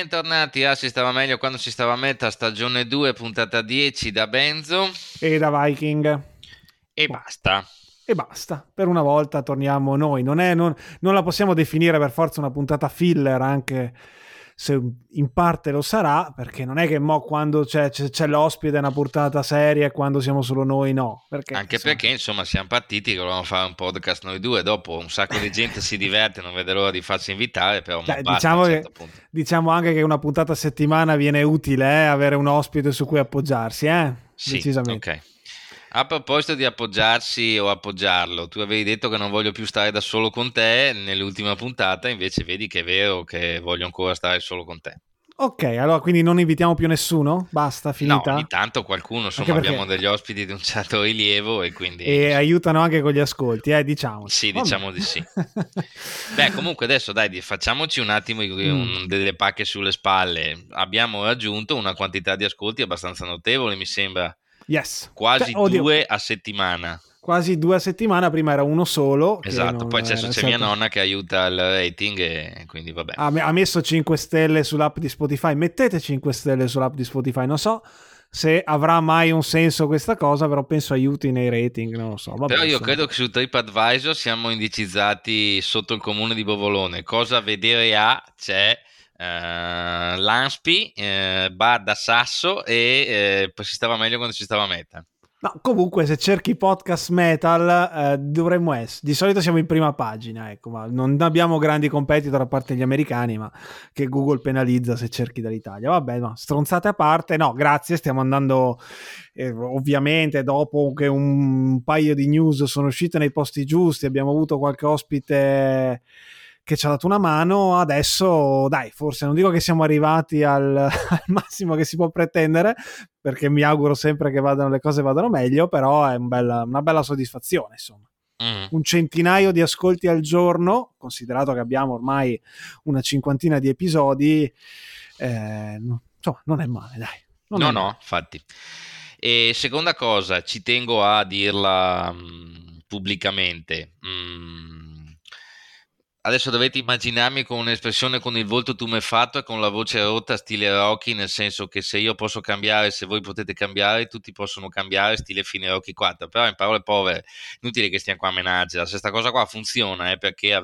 Bentornati a Si stava meglio quando si stava a metà, stagione 2, puntata 10 da Benzo E da Viking. e Boh, basta. e basta, per una volta torniamo noi. Non la possiamo definire per forza una puntata filler, anche se in parte lo sarà, perché non è che mo quando c'è l'ospite è una puntata seria e quando siamo solo noi no. Perché, Anche insomma, perché, insomma, siamo partiti che volevamo fare un podcast noi due. Dopo un sacco di gente si diverte, non vede l'ora di farsi invitare, però mo dai, basta a un certo punto. diciamo anche che una puntata a settimana viene utile, avere un ospite su cui appoggiarsi, Sì, decisamente. ok. A proposito di appoggiarsi o appoggiarlo, tu avevi detto che non voglio più stare da solo con te nell'ultima puntata, invece vedi che è vero che voglio ancora stare solo con te. Ok, allora quindi non invitiamo più nessuno? Basta, No, ogni finita? tanto qualcuno, Anche insomma, abbiamo perché degli ospiti di un certo rilievo e quindi, e insomma, aiutano anche con gli ascolti, diciamoci. sì, Vabbè. diciamo di sì. Beh, comunque adesso dai, facciamoci un attimo Mm, delle pacche sulle spalle. Abbiamo raggiunto una quantità di ascolti abbastanza notevole, mi sembra yes. Cioè, quasi oddio, 2 a settimana. quasi 2 settimane, prima era uno solo, che Esatto, non poi adesso era c'è mia stato... nonna che aiuta il rating e quindi vabbè. Ha messo 5 stelle sull'app di Spotify, mettete 5 stelle sull'app di Spotify, non so se avrà mai un senso questa cosa, però penso aiuti nei rating, non lo so, vabbè Però io insomma. credo che su TripAdvisor siamo indicizzati sotto il comune di Bovolone. Cosa vedere a? C'è l'Anspi, Bar da Sasso e si stava meglio quando si stava a meta. No, comunque se cerchi podcast metal dovremmo essere, di solito siamo in prima pagina, ecco, ma non abbiamo grandi competitor a parte gli americani, ma che Google penalizza se cerchi dall'Italia. Vabbè, no, stronzate a parte, no, grazie, stiamo andando ovviamente dopo che un paio di news sono uscite nei posti giusti, abbiamo avuto qualche ospite che ci ha dato una mano, adesso dai, forse non dico che siamo arrivati al massimo che si può pretendere, perché mi auguro sempre che le cose vadano meglio, però è una bella soddisfazione, insomma. Mm. Un centinaio di ascolti al giorno, considerato che abbiamo ormai una cinquantina di episodi, insomma, non è male, dai, non è No, no, male. infatti. E seconda cosa, ci tengo a dirla pubblicamente. Adesso dovete immaginarmi con un'espressione con il volto tumefatto e con la voce rotta stile Rocky, nel senso che se io posso cambiare, se voi potete cambiare, tutti possono cambiare stile fine Rocky 4. Però in parole povere, inutile che stiamo qua a menarcela. Se questa cosa qua funziona è perché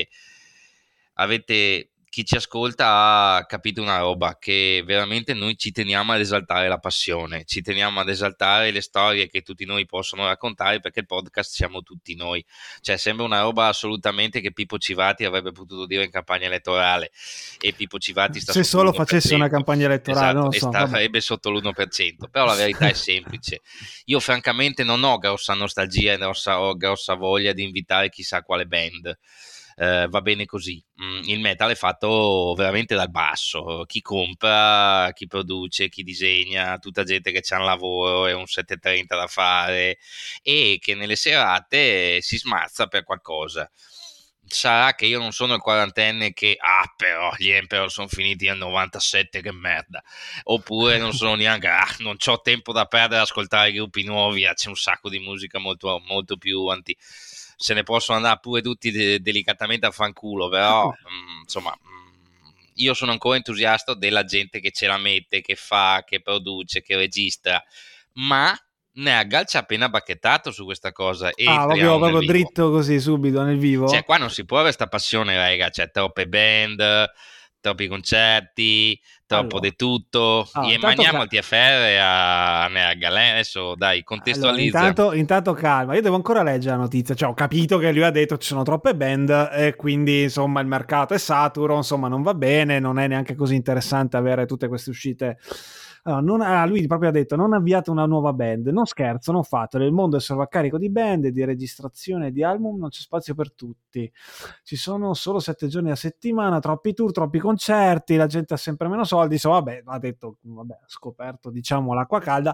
avete chi ci ascolta ha capito una roba, che veramente noi ci teniamo ad esaltare la passione, ci teniamo ad esaltare le storie che tutti noi possono raccontare, perché il podcast siamo tutti noi. Cioè sembra una roba assolutamente che Pippo Civati avrebbe potuto dire in campagna elettorale, e Pippo Civati sta Se sotto solo facesse una l'1%. campagna elettorale, non Esatto, lo e so, vabbè. starebbe sotto l'1%. Però la verità è semplice: io francamente non ho grossa nostalgia e grossa voglia di invitare chissà quale band. Va bene così. Il metal è fatto veramente dal basso: chi compra, chi produce, chi disegna, tutta gente che c'ha un lavoro e un 730 da fare e che nelle serate si smazza per qualcosa. Sarà che io non sono il quarantenne che però gli Emperor sono finiti nel 97, che merda. Oppure non sono neanche non ho tempo da perdere ad ascoltare gruppi nuovi, c'è un sacco di musica molto, molto più se ne possono andare pure tutti delicatamente a fanculo, però insomma, io sono ancora entusiasta della gente che ce la mette, che fa, che produce, che registra, ma Nergal ci ha appena bacchettato su questa cosa e Ah, entriamo nel proprio vivo. dritto così, subito, nel Cioè, vivo? qua non si può avere questa passione, raga. C'è troppe band, troppi concerti, troppo Allora, di tutto. allora E intanto... maniamo il TFR a Nergal, Adesso, dai, Allora, contestualizza. intanto calma, io devo ancora leggere la notizia, cioè ho capito che lui ha detto ci sono troppe band e quindi insomma il mercato è saturo, insomma non va bene, non è neanche così interessante avere tutte queste uscite. Allora, lui proprio ha detto non avviate una nuova band, non scherzo, non fatelo, il mondo è sovraccarico di band, di registrazione di album, non c'è spazio per tutti, ci sono solo 7 giorni a settimana, troppi tour, troppi concerti, la gente ha sempre meno soldi, insomma vabbè, ha detto, vabbè, ha scoperto diciamo l'acqua calda.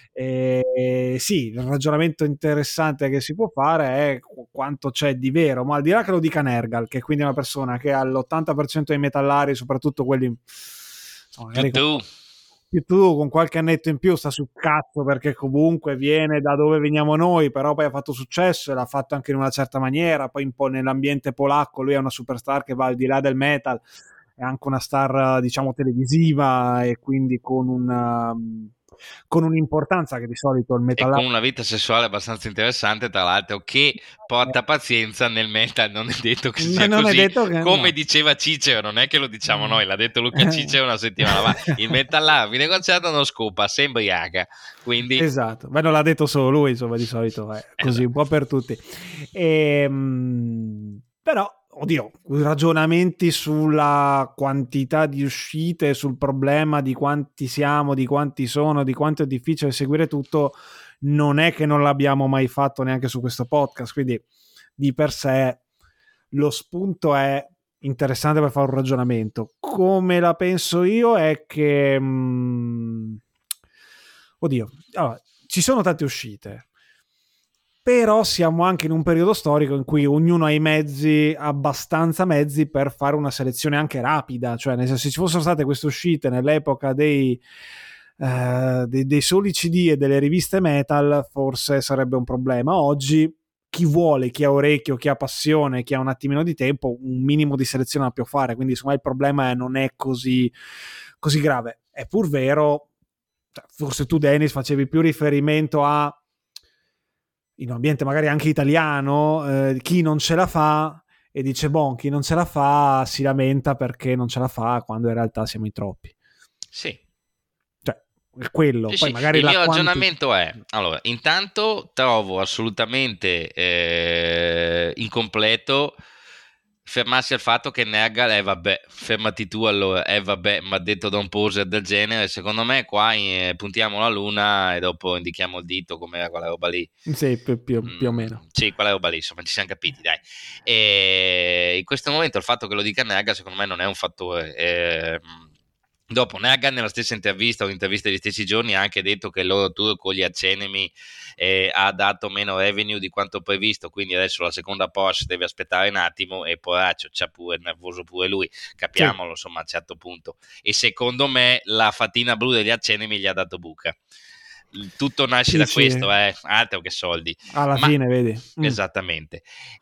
Sì, il ragionamento interessante che si può fare è quanto c'è di vero, ma al di là che lo dica Nergal, che quindi è una persona che ha l'80% dei metallari, soprattutto quelli insomma, Più magari tu. più tu con qualche annetto in più sta sul cazzo perché comunque viene da dove veniamo noi, però poi ha fatto successo e l'ha fatto anche in una certa maniera, poi un po' nell'ambiente polacco lui è una superstar che va al di là del metal è anche una star, diciamo, televisiva, e quindi con un'importanza che di solito il E metal con una vita sessuale abbastanza interessante, tra l'altro, che porta pazienza nel metal. Non è detto che sia non è così, detto che come no. diceva Cicero, non è che lo diciamo noi, l'ha detto Luca Cicero una settimana fa. Il metallaro a fine concerto non scopa, si embriaca, quindi Esatto, beh, non l'ha detto solo lui, insomma, di solito è così, esatto. un po' per tutti. Però, oddio, ragionamenti sulla quantità di uscite, sul problema di quanti siamo, di quanti sono, di quanto è difficile seguire tutto, non è che non l'abbiamo mai fatto neanche su questo podcast, quindi di per sé lo spunto è interessante per fare un ragionamento. Come la penso io è che oddio, allora, ci sono tante uscite, però siamo anche in un periodo storico in cui ognuno ha i mezzi, abbastanza mezzi, per fare una selezione anche rapida. Cioè, nel senso, se ci fossero state queste uscite nell'epoca dei soli CD e delle riviste metal, forse sarebbe un problema. Oggi chi vuole, chi ha orecchio, chi ha passione, chi ha un attimino di tempo, un minimo di selezione la può fare, quindi insomma il problema non è così grave. È pur vero, forse tu Dennis facevi più riferimento a, in un ambiente magari anche italiano, chi non ce la fa e dice bon, chi non ce la fa si lamenta perché non ce la fa, quando in realtà siamo in troppi. Sì. Cioè, è quello. Sì, Poi sì. magari Il la mio ragionamento è, allora, intanto trovo assolutamente incompleto fermarsi al fatto che Nergal, vabbè, fermati tu allora, vabbè, ma detto da un poser del genere, secondo me qua puntiamo la luna e dopo indichiamo il dito, come era quella roba lì. Sì, più o meno. Sì, quella roba lì, insomma, ci siamo capiti, dai. E in questo momento il fatto che lo dica Nergal, secondo me, non è un fattore. Dopo Nergal nella stessa intervista o intervista degli stessi giorni ha anche detto che il loro tour con gli Acenemi ha dato meno revenue di quanto previsto, quindi adesso la seconda Porsche deve aspettare un attimo, e poraccio, c'ha pure nervoso pure lui, capiamolo, insomma, a un certo punto. E secondo me la fatina blu degli Acenemi gli ha dato buca. Tutto nasce da questo, altro che soldi. Alla fine, vedi. Esattamente.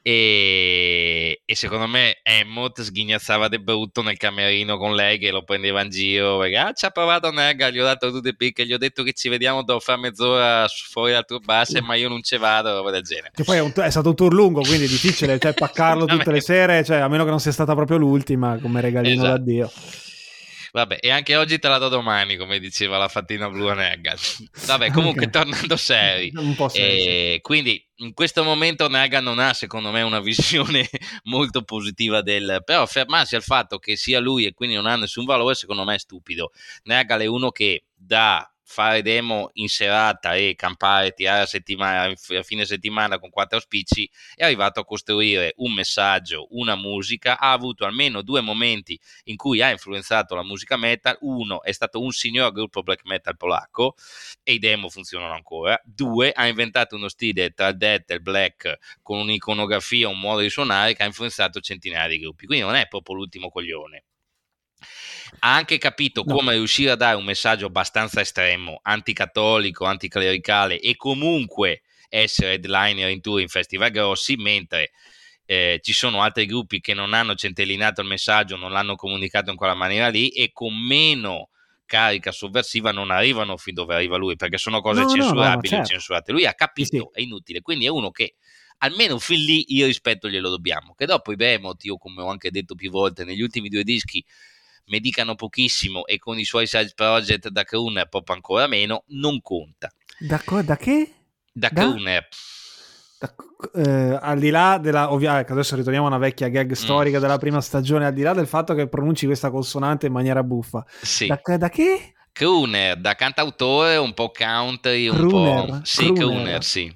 E secondo me Emmett sghignazzava de brutto nel camerino con lei, che lo prendeva in giro perché ci ha provato Nergal, gli ho dato tutte le picche, gli ho detto che ci vediamo dopo fra mezz'ora fuori dal tour bus, ma io non ci vado, roba del genere. Che poi è stato un tour lungo, quindi è difficile, cioè, paccarlo tutte le sere, cioè, a meno che non sia stata proprio l'ultima come regalino d'addio. Vabbè, e anche oggi te la do domani, come diceva la fatina blu a Nergal. Vabbè, comunque, tornando seri, un po' seri. Quindi in questo momento Nergal non ha, secondo me, una visione molto positiva però fermarsi al fatto che sia lui e quindi non ha nessun valore, secondo me è stupido. Nergal è uno che da fare demo in serata e campare, tirare a fine settimana con 4 auspici, è arrivato a costruire un messaggio, una musica, ha avuto almeno 2 momenti in cui ha influenzato la musica metal. Uno è stato un signor gruppo black metal polacco e i demo funzionano ancora. 2, ha inventato uno stile tra il death e il black con un'iconografia, un modo di suonare che ha influenzato centinaia di gruppi, quindi non è proprio l'ultimo coglione. Ha anche capito come riuscire a dare un messaggio abbastanza estremo, anticattolico, anticlericale, e comunque essere headliner in tour in festival grossi, mentre ci sono altri gruppi che non hanno centellinato il messaggio, non l'hanno comunicato in quella maniera lì, e con meno carica sovversiva non arrivano fin dove arriva lui, perché sono cose censurabili o censurate. Lui ha capito, è inutile, quindi è uno che almeno fin lì io rispetto glielo dobbiamo. Che dopo i Behemoth, io come ho anche detto più volte, negli ultimi 2 dischi mi dicano pochissimo e con i suoi side project da crooner proprio ancora meno, non conta. Da che? Da crooner. Al di là della, ovviamente adesso ritorniamo a una vecchia gag storica della prima stagione, al di là del fatto che pronunci questa consonante in maniera buffa, sì. da che? Crooner, da cantautore, un po' country, un po'... Sì, crooner, sì.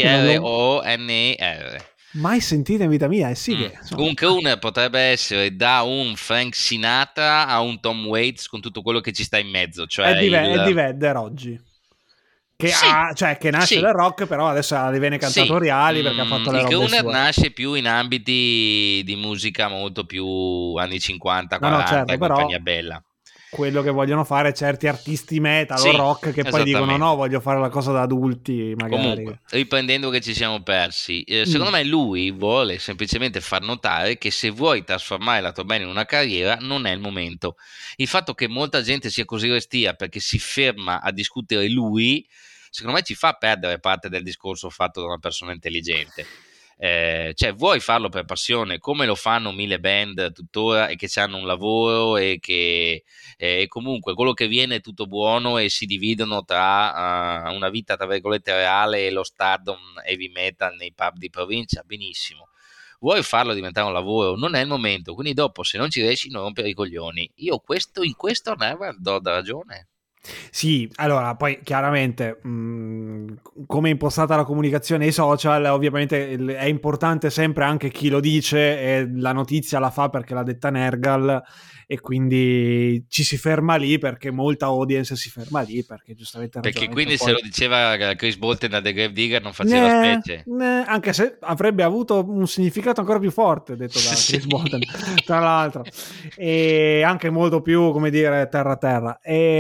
C-R-O-N-E-R. Mai sentito in vita mia, sì che... Un crooner potrebbe essere da un Frank Sinatra a un Tom Waits, con tutto quello che ci sta in mezzo, cioè Eddie Vedder oggi. Che, che nasce dal rock, però adesso ha le vene cantatoriali perché ha fatto le robe sue. Il crooner nasce più in ambiti di musica molto più anni 50, 40, certo, compagnia bella. quello che vogliono fare certi artisti metal o rock che poi dicono no, voglio fare la cosa da adulti magari. Comunque, riprendendo che ci siamo persi, secondo me lui vuole semplicemente far notare che se vuoi trasformare la tua band in una carriera non è il momento. Il fatto che molta gente sia così restia perché si ferma a discutere lui, secondo me ci fa perdere parte del discorso fatto da una persona intelligente. Cioè, vuoi farlo per passione come lo fanno mille band tuttora e che hanno un lavoro e che comunque quello che viene è tutto buono e si dividono tra una vita tra virgolette reale e lo stardom heavy metal nei pub di provincia, benissimo. Vuoi farlo diventare un lavoro? Non è il momento, quindi dopo se non ci riesci non rompere i coglioni. Io in questo Never do da ragione. Sì, allora poi chiaramente come è impostata la comunicazione ai social, ovviamente è importante sempre anche chi lo dice e la notizia la fa perché l'ha detta Nergal e quindi ci si ferma lì perché molta audience si ferma lì perché giustamente perché quindi poi... se lo diceva Chris Bolton da The Grave Digger non faceva specie anche se avrebbe avuto un significato ancora più forte detto da Chris Bolton tra l'altro e anche molto più come dire terra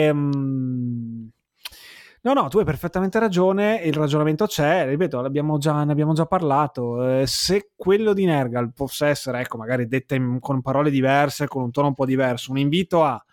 no, tu hai perfettamente ragione, il ragionamento c'è, ripeto, ne abbiamo già parlato, se quello di Nergal fosse essere, ecco, magari dette con parole diverse, con un tono un po' diverso, un invito a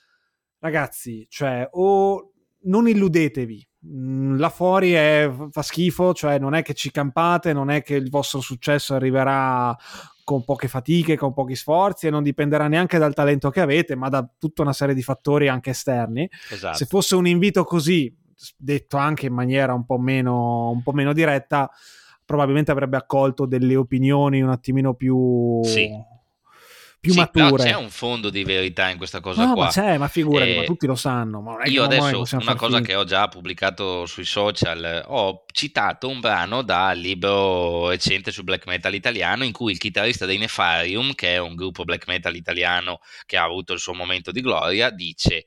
ragazzi, cioè, o non illudetevi, là fuori fa schifo, cioè non è che ci campate, non è che il vostro successo arriverà con poche fatiche, con pochi sforzi e non dipenderà neanche dal talento che avete, ma da tutta una serie di fattori anche esterni. Esatto. Se fosse un invito così, detto anche in maniera un po' meno diretta, probabilmente avrebbe accolto delle opinioni un attimino più... Sì. più sì, mature. Però c'è un fondo di verità in questa cosa qua. Ma c'è, ma figurati, ma tutti lo sanno. Ma io adesso una cosa che ho già pubblicato sui social, ho citato un brano dal libro recente su black metal italiano in cui il chitarrista dei Nefarium, che è un gruppo black metal italiano che ha avuto il suo momento di gloria, dice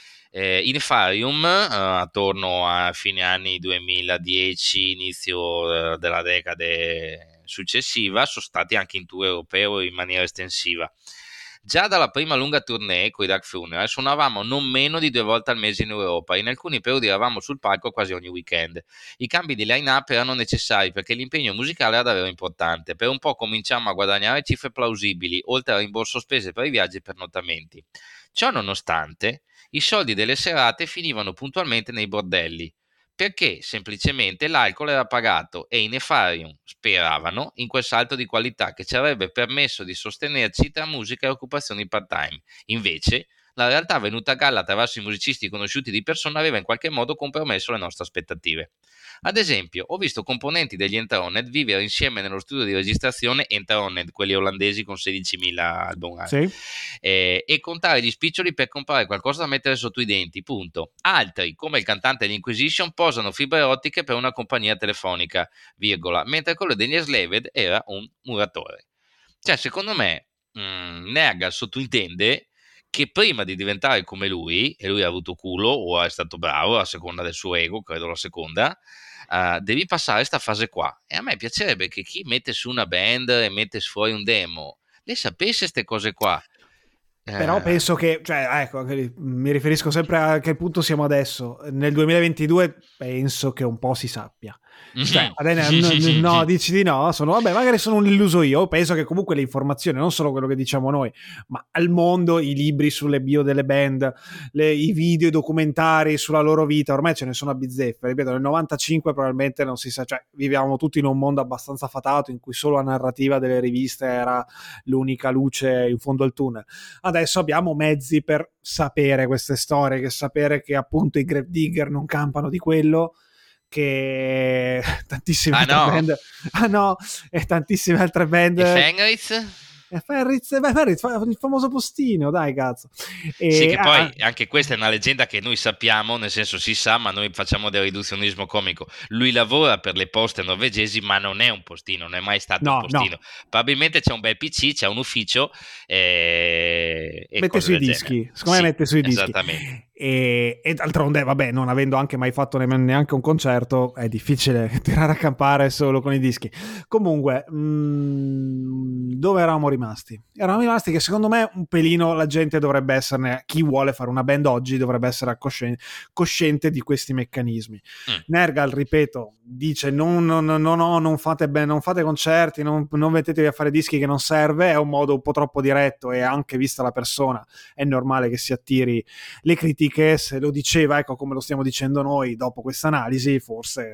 i Nefarium attorno a fine anni 2010, inizio della decade successiva, sono stati anche in tour europeo in maniera estensiva. Già dalla prima lunga tournée con i Dark Funeral suonavamo non meno di 2 volte al mese in Europa, in alcuni periodi eravamo sul palco quasi ogni weekend. I cambi di line-up erano necessari perché l'impegno musicale era davvero importante. Per un po' cominciamo a guadagnare cifre plausibili, oltre al rimborso spese per i viaggi e pernottamenti. Ciò nonostante, i soldi delle serate finivano puntualmente nei bordelli, perché semplicemente l'alcol era pagato e i Nefarium speravano in quel salto di qualità che ci avrebbe permesso di sostenerci tra musica e occupazioni part-time. Invece, la realtà venuta a galla attraverso i musicisti conosciuti di persona aveva in qualche modo compromesso le nostre aspettative. Ad esempio, ho visto componenti degli Enthroned vivere insieme nello studio di registrazione Enthroned, quelli olandesi con 16.000 album, sì. E contare gli spiccioli per comprare qualcosa da mettere sotto i denti, punto. Altri, come il cantante dell'Inquisition, posano fibre ottiche per una compagnia telefonica, virgola, mentre quello degli Enslaved era un muratore. Cioè, secondo me, Nergal sottointende che prima di diventare come lui, e lui ha avuto culo o è stato bravo a seconda del suo ego, credo la seconda, devi passare questa fase qua. E a me piacerebbe che chi mette su una band e mette fuori un demo le sapesse queste cose qua. Però penso che, cioè, ecco, mi riferisco sempre a che punto siamo adesso. Nel 2022 penso che un po' si sappia. Cioè, no, dici di no? Vabbè, magari sono un illuso io. Penso che comunque le informazioni, non solo quello che diciamo noi, ma al mondo, i libri sulle bio delle band, i video, i documentari sulla loro vita, ormai ce ne sono a bizzeffe. Ripeto, nel 95 probabilmente non si sa, cioè, viviamo tutti in un mondo abbastanza fatato in cui solo la narrativa delle riviste era l'unica luce in fondo al tunnel. Adesso abbiamo mezzi per sapere queste storie, che sapere che appunto i Grave Digger non campano di quello, che tantissime altre band e tantissime altre band. E Fenriz, il famoso postino, dai cazzo. Sì, che poi anche questa è una leggenda che noi sappiamo, nel senso si sa, ma noi facciamo del riduzionismo comico. Lui lavora per le poste norvegesi, ma non è un postino, non è mai stato un postino. No. Probabilmente c'è un bel PC, c'è un ufficio e mette sui dischi, secondo me mette sui dischi. Esattamente. E d'altronde, vabbè, non avendo anche mai fatto neanche un concerto, è difficile tirare a campare solo con i dischi. Comunque, dove eravamo rimasti? Eravamo rimasti che secondo me un pelino la gente dovrebbe esserne, chi vuole fare una band oggi dovrebbe essere cosciente di questi meccanismi. Nergal, ripeto, dice non fate non fate concerti, non mettetevi a fare dischi che non serve, è un modo un po' troppo diretto e anche vista la persona è normale che si attiri le critiche. Se lo diceva, ecco, come lo stiamo dicendo noi dopo questa analisi, forse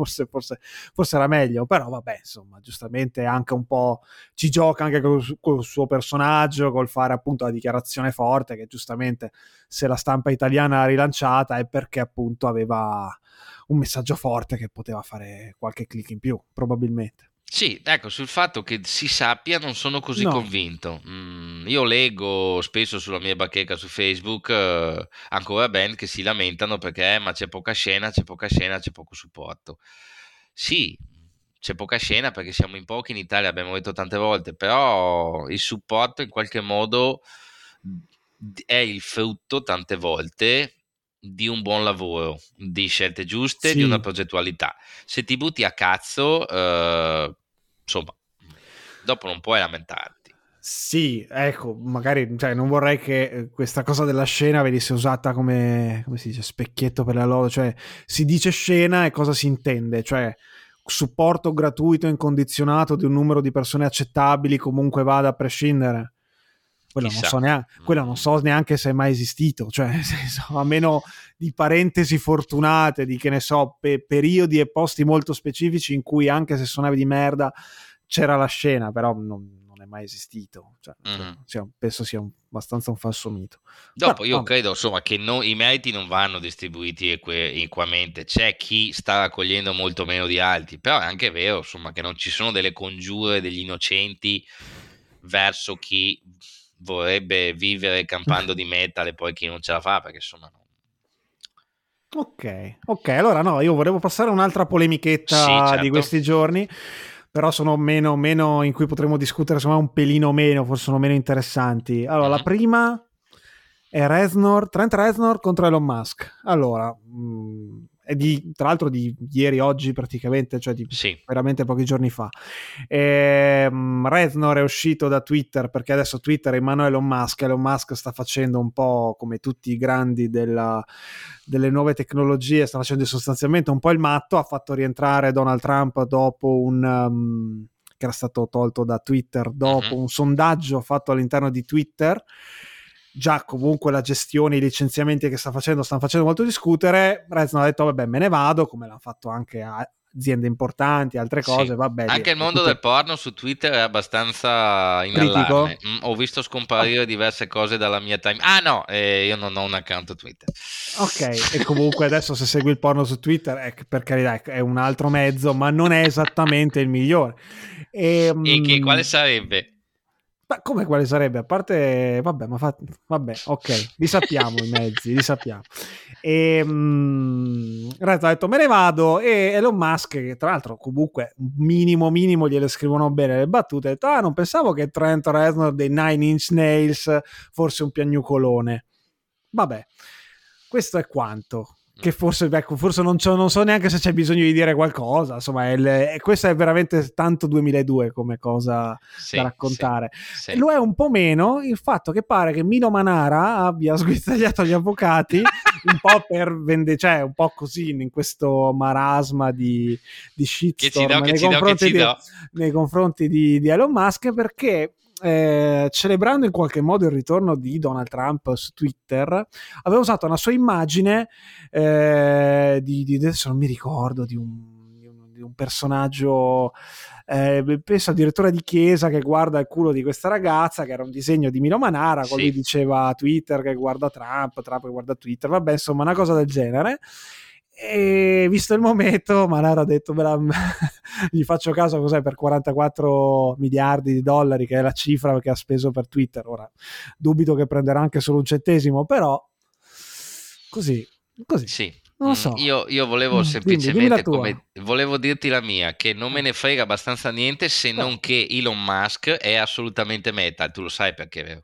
era meglio, però vabbè, insomma, giustamente anche un po' ci gioca anche col suo personaggio, col fare appunto la dichiarazione forte che giustamente, se la stampa italiana ha rilanciata, è perché appunto aveva un messaggio forte che poteva fare qualche click in più, probabilmente. Sì, ecco, sul fatto che si sappia non sono così convinto. Io leggo spesso sulla mia bacheca su Facebook ancora band che si lamentano perché ma c'è poca scena, c'è poco supporto. Sì, c'è poca scena perché siamo in pochi in Italia, abbiamo detto tante volte, però il supporto in qualche modo è il frutto tante volte di un buon lavoro, di scelte giuste, di una progettualità. Se ti butti a cazzo, insomma, dopo non puoi lamentarti. Sì, ecco, magari, cioè, non vorrei che questa cosa della scena venisse usata come si dice, specchietto per la lode, cioè si dice scena e cosa si intende, cioè supporto gratuito incondizionato di un numero di persone accettabili, comunque vada a prescindere. Quello non so neanche se è mai esistito, cioè nel senso, a meno di parentesi fortunate, di che ne so, periodi e posti molto specifici in cui anche se suonavi di merda c'era la scena, però non è mai esistito, cioè, penso sia abbastanza un falso mito. Dopo io credo insomma che i meriti non vanno distribuiti equamente, c'è chi sta raccogliendo molto meno di altri, però è anche vero insomma che non ci sono delle congiure degli innocenti verso chi vorrebbe vivere campando di metal e poi chi non ce la fa, perché insomma ok, allora no, io volevo passare un'altra polemichetta certo. di questi giorni, però sono meno in cui potremo discutere, insomma un pelino meno, forse sono meno interessanti. Allora, la prima è Trent Reznor contro Elon Musk. Allora, è tra l'altro di ieri, oggi praticamente, cioè di veramente pochi giorni fa. Reznor è uscito da Twitter perché adesso Twitter è in mano a Elon Musk. Elon Musk sta facendo un po' come tutti i grandi delle nuove tecnologie, sta facendo sostanzialmente un po' il matto. Ha fatto rientrare Donald Trump dopo che era stato tolto da Twitter dopo un sondaggio fatto all'interno di Twitter. Già comunque la gestione, i licenziamenti che stanno facendo molto discutere. Reznor ha detto vabbè, me ne vado, come l'hanno fatto anche aziende importanti, altre cose, vabbè. Anche il mondo del porno su Twitter è abbastanza in allarme. Ho visto scomparire diverse cose dalla mia time. Io non ho un account Twitter. Ok, e comunque adesso se segui il porno su Twitter, per carità, è un altro mezzo, ma non è esattamente il migliore. E quale sarebbe? Ma come quale sarebbe? A parte, vabbè, ok, li sappiamo i mezzi, li sappiamo. E Reznor ha detto me ne vado, e Elon Musk, che tra l'altro comunque minimo gliele scrivono bene le battute, ha detto non pensavo che Trent Reznor dei Nine Inch Nails fosse un piagnucolone. Vabbè, questo è quanto. Che forse non so neanche se c'è bisogno di dire qualcosa, insomma questa è veramente tanto 2002 come cosa da raccontare. Sì. Lo è un po' meno il fatto che pare che Mino Manara abbia sguizzagliato gli avvocati un po' per cioè un po' così in questo marasma di shitstorm nei confronti di Elon Musk, perché celebrando in qualche modo il ritorno di Donald Trump su Twitter, aveva usato una sua immagine di adesso non mi ricordo, di un personaggio, penso addirittura di chiesa, che guarda il culo di questa ragazza, che era un disegno di Mino Manara, con lui diceva Twitter che guarda Trump che guarda Twitter, vabbè, insomma una cosa del genere. E visto il momento, Manara ha detto gli faccio caso, cos'è, per 44 miliardi di dollari, che è la cifra che ha speso per Twitter. Ora dubito che prenderà anche solo un centesimo, però così sì. Non lo so. Io volevo semplicemente volevo dirti la mia, che non me ne frega abbastanza niente, se non che Elon Musk è assolutamente metal. Tu lo sai perché, vero?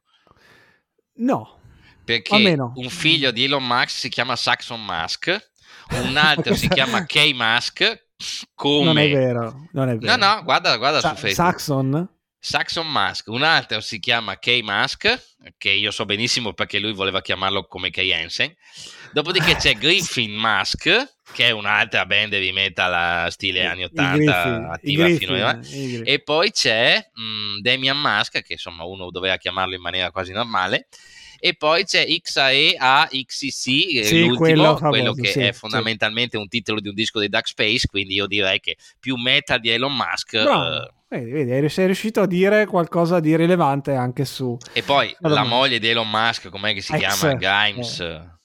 No, perché un figlio di Elon Musk si chiama Saxon Musk, un altro si chiama K-Musk, come... Non è vero. No, guarda su Facebook. Saxon? Saxon Mask, un altro si chiama K Mask, che io so benissimo perché lui voleva chiamarlo come K Jensen. Dopodiché c'è Griffin Mask, che è un'altra band di metal stile anni I 80, Griffin, attiva fino a... i Griffin. E poi c'è Damian Mask, che insomma uno doveva chiamarlo in maniera quasi normale. E poi c'è XAEAXCC, Sì, quello l'ultimo, quello famoso, che sì, è sì. fondamentalmente un titolo di un disco dei Dark Space, quindi io direi che più metal di Elon Musk. Bravo, vedi, sei riuscito a dire qualcosa di rilevante anche E poi sulla la domanda. moglie di Elon Musk, com'è che si Ex, chiama? Grimes.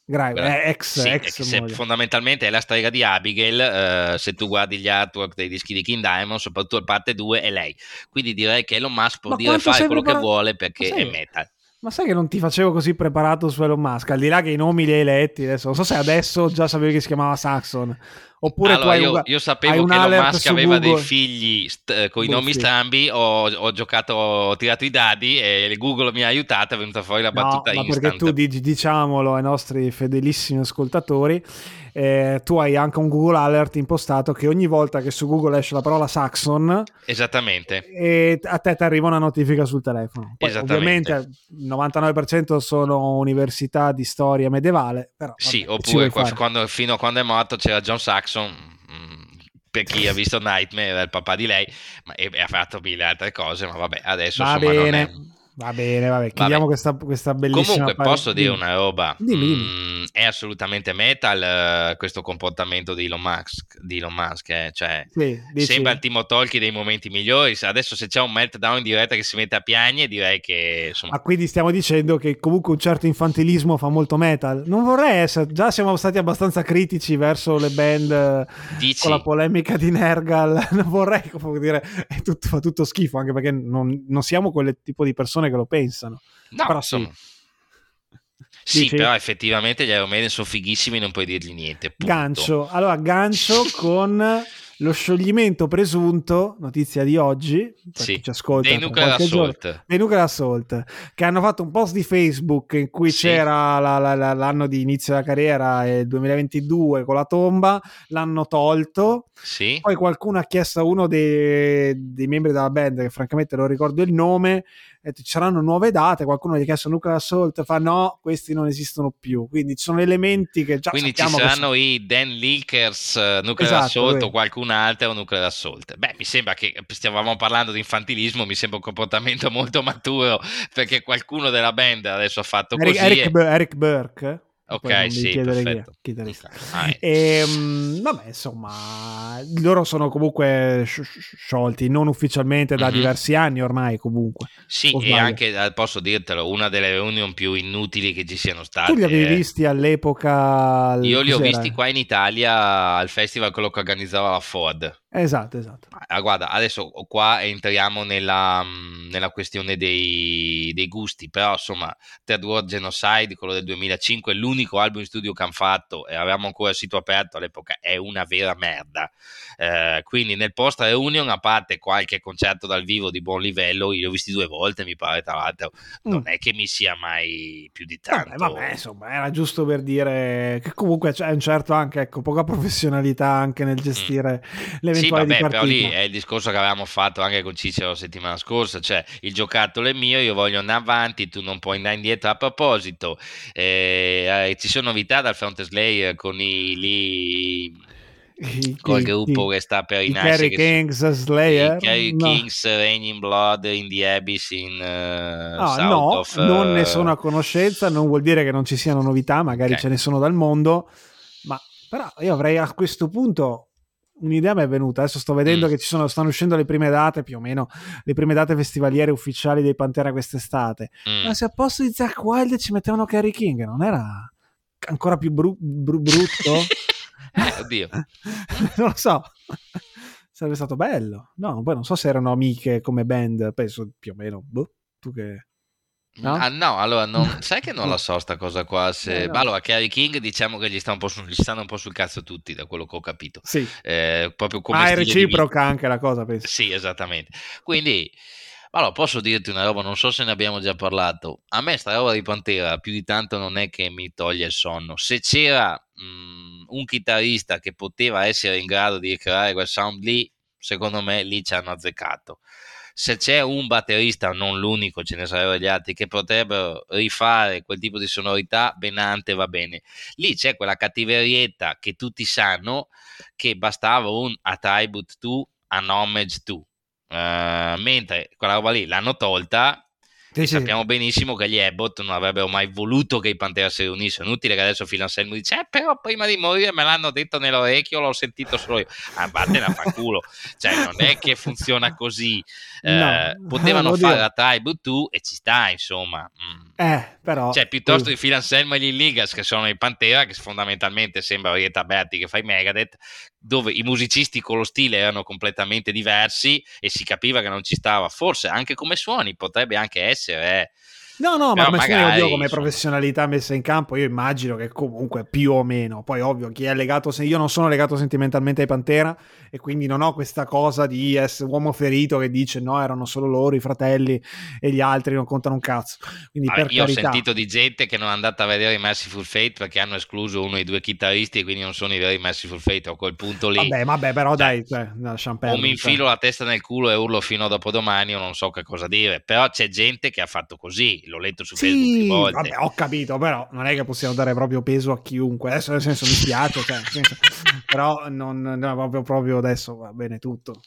Sì, è ex che moglie. fondamentalmente è la strega di Abigail. Se tu guardi gli artwork dei dischi di King Diamond, soprattutto la parte 2, è lei. Quindi direi che Elon Musk può Ma dire e quanto fare sei quello che preparato? vuole Ma perché è sai, metal. ma sai che non ti facevo così preparato su Elon Musk? Al di là che i nomi li hai letti, adesso non so se adesso già sapevi che si chiamava Saxon, oppure tu Allora, hai io hai sapevo un che Elon alert Musk su aveva dei Google. figli con i nomi Buffi. strambi, ho giocato, ho tirato i dadi e Google mi ha aiutato, è venuta fuori la No, battuta ma perché tu instant. diciamolo ai nostri fedelissimi ascoltatori, tu hai anche un Google Alert impostato che ogni volta che su Google esce la parola Saxon, Esattamente, e a te ti arriva una notifica sul telefono. Poi ovviamente esattamente. il 99% sono università di storia medievale, però Sì, vabbè, che ci oppure vuoi fare? fino a quando è morto c'era John Saxon, per chi ha visto Nightmare era il papà di lei, e ha fatto mille altre cose, ma vabbè, adesso Va insomma non è... bene, vabbè, Vabbè. chiudiamo questa bellissima Comunque pagina. posso dire Dimmi, una roba, dimmi. è assolutamente metal questo comportamento di Elon Musk, cioè Sì, sembra dici? il Timo Tolchi dei momenti migliori. Adesso se c'è un meltdown in diretta che si mette a piagne, direi che insomma, Ma quindi stiamo dicendo che comunque un certo infantilismo fa molto metal. Non vorrei essere, già siamo stati abbastanza critici verso le band con la dici, polemica di Nergal. Non vorrei come dire, fa tutto schifo, anche perché non siamo quel tipo di persone che lo pensano. no, Però sì, insomma, sì, dici? però effettivamente gli Iron Maiden sono fighissimi, non puoi dirgli niente, punto. Gancio. Allora, gancio con lo scioglimento presunto, notizia di oggi, per chi Sì, ci dei ascolta tra Nuclear qualche giorno, Assault, dei Nuclear Assault, che hanno fatto un post di Facebook in cui sì, c'era l'anno di inizio della carriera, il 2022, con la tomba, l'hanno tolto. sì. Poi qualcuno ha chiesto a uno dei membri della band, che francamente non ricordo il nome, ci saranno nuove date, qualcuno gli ha chiesto Nuclear Assault, fa no, questi non esistono più, quindi ci sono elementi che già Quindi ci sappiamo che sono. saranno i Dan Leakers, Nuclear Esatto, Assault o qualcun altro Nuclear Assault. Beh, mi sembra che stavamo parlando di infantilismo, mi sembra un comportamento molto maturo perché qualcuno della band adesso ha fatto così e... Eric Burke, poi Ok, non devi sì, chiedere perfetto. chi Ok, ah, vabbè, insomma, loro sono comunque sciolti, non ufficialmente da mhm. diversi anni ormai comunque, Sì, o e sbaglio? anche, posso dirtelo, una delle reunion più inutili che ci siano Tu li state. avevi visti all'epoca, Io li ho visti cos'era? qua in Italia al festival, quello che organizzava la Ford. Esatto. Guarda, adesso qua entriamo nella questione dei gusti, però insomma, Third World Genocide, quello del 2005, l'unico album in studio che hanno fatto e avevamo ancora il sito aperto all'epoca, è una vera merda. Quindi nel post reunion, a parte qualche concerto dal vivo di buon livello, io li ho visti 2 volte, mi pare, tra l'altro, non Mm. è che mi sia mai più di Vabbè, tanto. insomma, era giusto per dire che comunque c'è un certo anche, ecco, poca professionalità anche nel Mm. gestire Sì, l'eventuale vabbè, però lì dipartita. è il discorso che avevamo fatto anche con Cicero la settimana scorsa, cioè il giocattolo è mio, io voglio andare avanti, tu non puoi andare indietro. A proposito, ci sono novità dal Front Slayer con I, col i, gruppo i, che sta per i rinascere, Kerry che Kings i Slayer? Kerry No. Kings Raining Blood in the Abyss in Ah, South no, of... non ne sono a conoscenza, non vuol dire che non ci siano novità, ok. magari ce ne sono dal mondo, ma però io avrei a questo punto un'idea mi è venuta, adesso sto Mm, vedendo che stanno uscendo le prime date, più o meno le prime date festivaliere ufficiali dei Pantera quest'estate, ma mm. se a posto di Zack Wilde ci mettevano Kerry King, non era ancora più brutto? Oddio. Non lo so. Sarebbe stato bello. No, poi non so se erano amiche come band, penso più o meno. Boh, tu che... Ah No? no, allora sai che non la No. so sta cosa qua. Ma No. allora, Kerry King diciamo che gli stanno un po' sul cazzo tutti, da quello che ho capito. Sì. Proprio come Ma è stile di vita. reciproca anche la cosa, penso. Sì, esattamente. Quindi, allora, posso dirti una roba, non so se ne abbiamo già parlato. A me sta roba di Pantera più di tanto non è che mi toglie il sonno. Se c'era un chitarrista che poteva essere in grado di creare quel sound lì, secondo me lì ci hanno azzeccato. Se c'è un batterista, non l'unico, ce ne sarebbero gli altri che potrebbero rifare quel tipo di sonorità, Benante va bene. Lì c'è quella cattiverietta che tutti sanno, che bastava un a tribute to, an homage to. Mentre quella roba lì l'hanno tolta, Sì, e sì. sappiamo benissimo che gli Abbott non avrebbero mai voluto che i Pantera si riunissero. Inutile che adesso Phil Anselmo dice però prima di morire me l'hanno detto nell'orecchio, l'ho sentito solo io. Vattene a fanculo, cioè non è che funziona così. No, Potevano fare oddio. la tribute to e ci sta, insomma. Però Cioè, piuttosto di Phil Anselmo e gli Ligas, che sono i Pantera, che fondamentalmente sembra Orietta Berti che fa i Megadeth, dove i musicisti con lo stile erano completamente diversi e si capiva che non ci stava. Forse anche come suoni potrebbe anche essere, No, ma però come suoni, oddio, magari, come insomma. professionalità messa in campo, io immagino che comunque più o meno, poi ovvio, chi è legato, io non sono legato sentimentalmente ai Pantera e quindi non ho questa cosa di essere uomo ferito che dice no, erano solo loro i fratelli e gli altri non contano un cazzo, quindi Vabbè, per io ho carità. sentito di gente che non è andata a vedere i Merciful Fate perché hanno escluso uno dei due chitarristi e quindi non sono i veri Merciful Fate. A quel punto lì, Vabbè, però cioè, dai, lasciamo o mi perdere. Cioè. infilo la testa nel culo e urlo fino a dopodomani o non so che cosa dire. Però c'è gente che ha fatto così, l'ho letto su Facebook più Sì, volte. vabbè, ho capito, però non è che possiamo dare proprio peso a chiunque. Adesso, nel senso, mi spiace, cioè, nel senso, però non proprio adesso va bene tutto.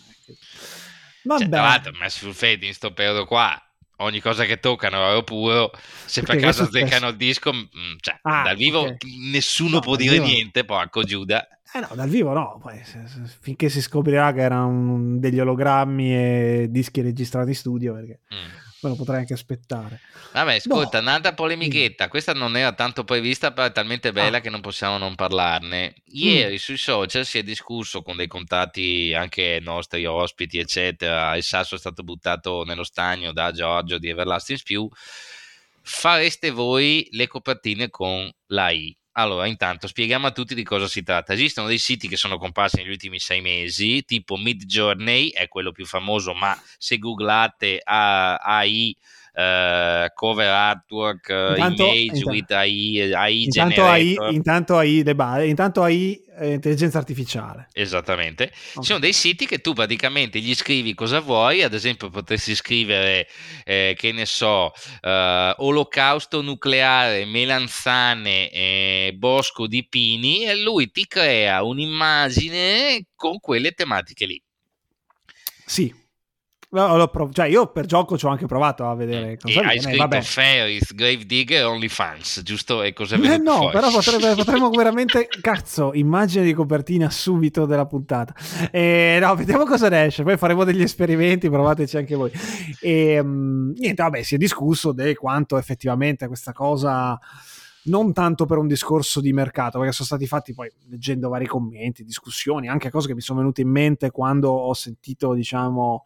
Cioè, tra Vabbè, l'altro, Merciful Fate in sto periodo qua, ogni cosa che toccano è oro puro. Se per perché che è caso successo? azzeccano il disco, cioè, Ah, dal vivo ok. nessuno No, può dal dire vivo. niente, porco Giuda. No, dal vivo no. Poi, finché si scoprirà che erano degli ologrammi e dischi registrati in studio, perché Mm. me lo potrei anche aspettare. Vabbè, ascolta, Boh, un'altra dimmi. polemichetta, questa non era tanto prevista, però è talmente bella Ah, che non possiamo non parlarne. mm, Ieri sui social si è discusso con dei contatti anche nostri ospiti, eccetera. Il sasso è stato buttato nello stagno da Giorgio di Everlasting Spew. Fareste voi le copertine con la I? Allora, intanto spieghiamo a tutti di cosa si tratta. Esistono dei siti che sono comparsi negli ultimi 6 mesi, tipo Midjourney, è quello più famoso, ma se googlate AI, cover artwork, intanto, image with AI intanto generator. intanto AI intelligenza artificiale. Esattamente, ci Ok. sono dei siti che tu praticamente gli scrivi cosa vuoi, ad esempio potresti scrivere, che ne so, olocausto nucleare, melanzane, bosco di pini e lui ti crea un'immagine con quelle tematiche lì. Sì. No, cioè io per gioco ci ho anche provato a vedere E cosa hai viene, scritto vabbè. Fairies, Gravedigger, OnlyFans, giusto? E cosa è venuto No, fuori? però potremmo veramente, cazzo, immagine di copertina subito della puntata. No, vediamo cosa ne esce, poi faremo degli esperimenti, provateci anche voi. Niente, vabbè, si è discusso di quanto effettivamente questa cosa, non tanto per un discorso di mercato, perché sono stati fatti poi, leggendo vari commenti, discussioni, anche cose che mi sono venute in mente quando ho sentito, diciamo,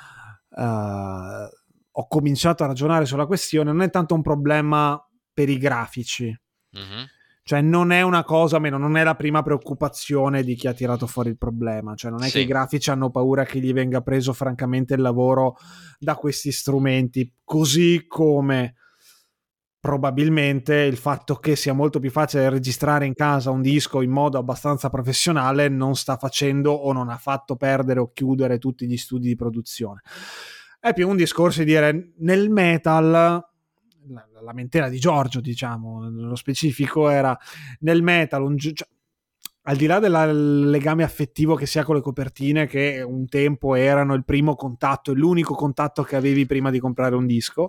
ho cominciato a ragionare sulla questione, non è tanto un problema per i grafici. Mhm. Cioè non è una cosa, almeno non è la prima preoccupazione di chi ha tirato fuori il problema, cioè non è che i Sì. grafici hanno paura che gli venga preso francamente il lavoro da questi strumenti, così come probabilmente il fatto che sia molto più facile registrare in casa un disco in modo abbastanza professionale non sta facendo o non ha fatto perdere o chiudere tutti gli studi di produzione. È più un discorso di dire nel metal, la lamentela di Giorgio, diciamo, nello specifico era nel metal cioè, al di là del legame affettivo che si ha con le copertine, che un tempo erano il primo contatto, l'unico contatto che avevi prima di comprare un disco,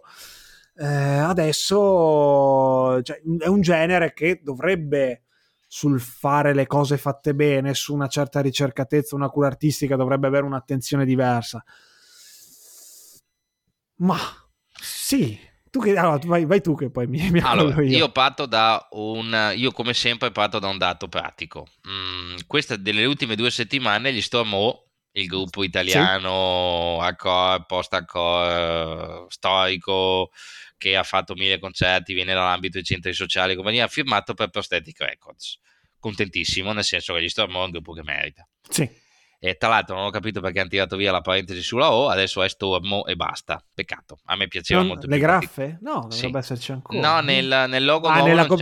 adesso cioè, è un genere che dovrebbe, sul fare le cose fatte bene, su una certa ricercatezza, una cura artistica, dovrebbe avere un'attenzione diversa. Ma sì, allora, vai tu che poi mi Allora, accolgo io. io come sempre parto da un dato pratico. Questa delle ultime 2 settimane gli Storm O, il gruppo Sì, italiano hardcore, post-hardcore, storico, che ha fatto 1000 concerti, viene dall'ambito dei centri sociali, compagnia, ha firmato per Prosthetic Records. Contentissimo, nel senso che gli Storm O è un gruppo che merita. sì. E tra l'altro non ho capito perché hanno tirato via la parentesi sulla O, adesso è Stormo e basta. Peccato, a me piaceva molto Le più graffe? No, Sì. dovrebbe esserci No, ancora. nel logo Ah, nuovo non c'è.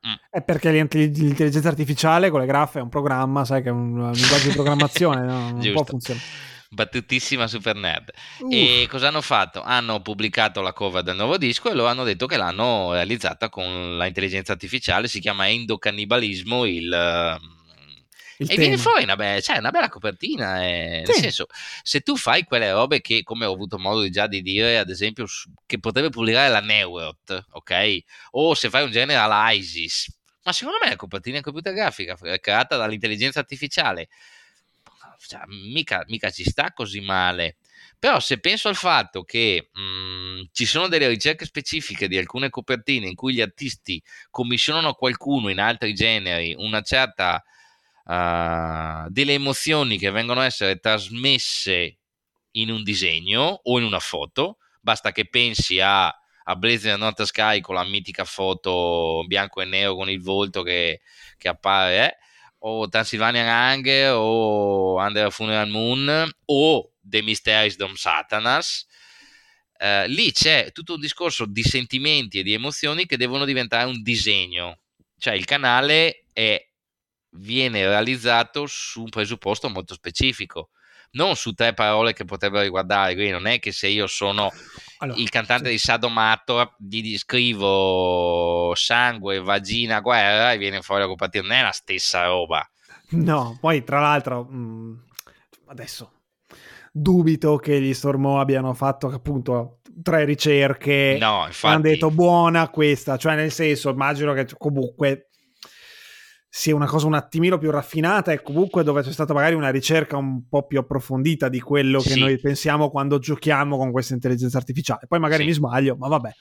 Mm. È perché l'intelligenza artificiale con le graffe è un programma, sai che è un linguaggio di programmazione, no? Non può Giusto. funzionare. Battutissima super nerd. E Uff, cosa hanno fatto? Hanno pubblicato la cover del nuovo disco e lo hanno detto che l'hanno realizzata con l'intelligenza artificiale, si chiama Endocannibalismo il e viene tema. fuori una bella copertina, nel Sì, senso, se tu fai quelle robe che, come ho avuto modo già di dire, ad esempio, che potrebbe pubblicare la Neurot, ok? O se fai un genere alla ISIS, ma secondo me la copertina in computer grafica creata dall'intelligenza artificiale, cioè, mica ci sta così male. Però se penso al fatto che ci sono delle ricerche specifiche di alcune copertine in cui gli artisti commissionano a qualcuno in altri generi una certa delle emozioni che vengono a essere trasmesse in un disegno o in una foto, basta che pensi a Blazing Not Sky con la mitica foto bianco e nero con il volto che appare, o Transylvanian Hunger o Under a Funeral Moon o The Mysteries Dom Satanas. Lì c'è tutto un discorso di sentimenti e di emozioni che devono diventare un disegno, cioè il canale viene realizzato su un presupposto molto specifico, non su tre parole che potrebbero riguardare. Quindi non è che se io sono allora, il cantante sì. di Sadomato gli scrivo sangue, vagina, guerra e viene fuori la copertina, non è la stessa roba. No, poi tra l'altro, adesso dubito che gli Stormo abbiano fatto appunto 3 ricerche No, e hanno infatti, detto buona questa, cioè nel senso immagino che comunque sia una cosa un attimino più raffinata e comunque dove c'è stata magari una ricerca un po' più approfondita di quello che sì, noi pensiamo quando giochiamo con questa intelligenza artificiale. Poi magari sì. mi sbaglio, ma vabbè.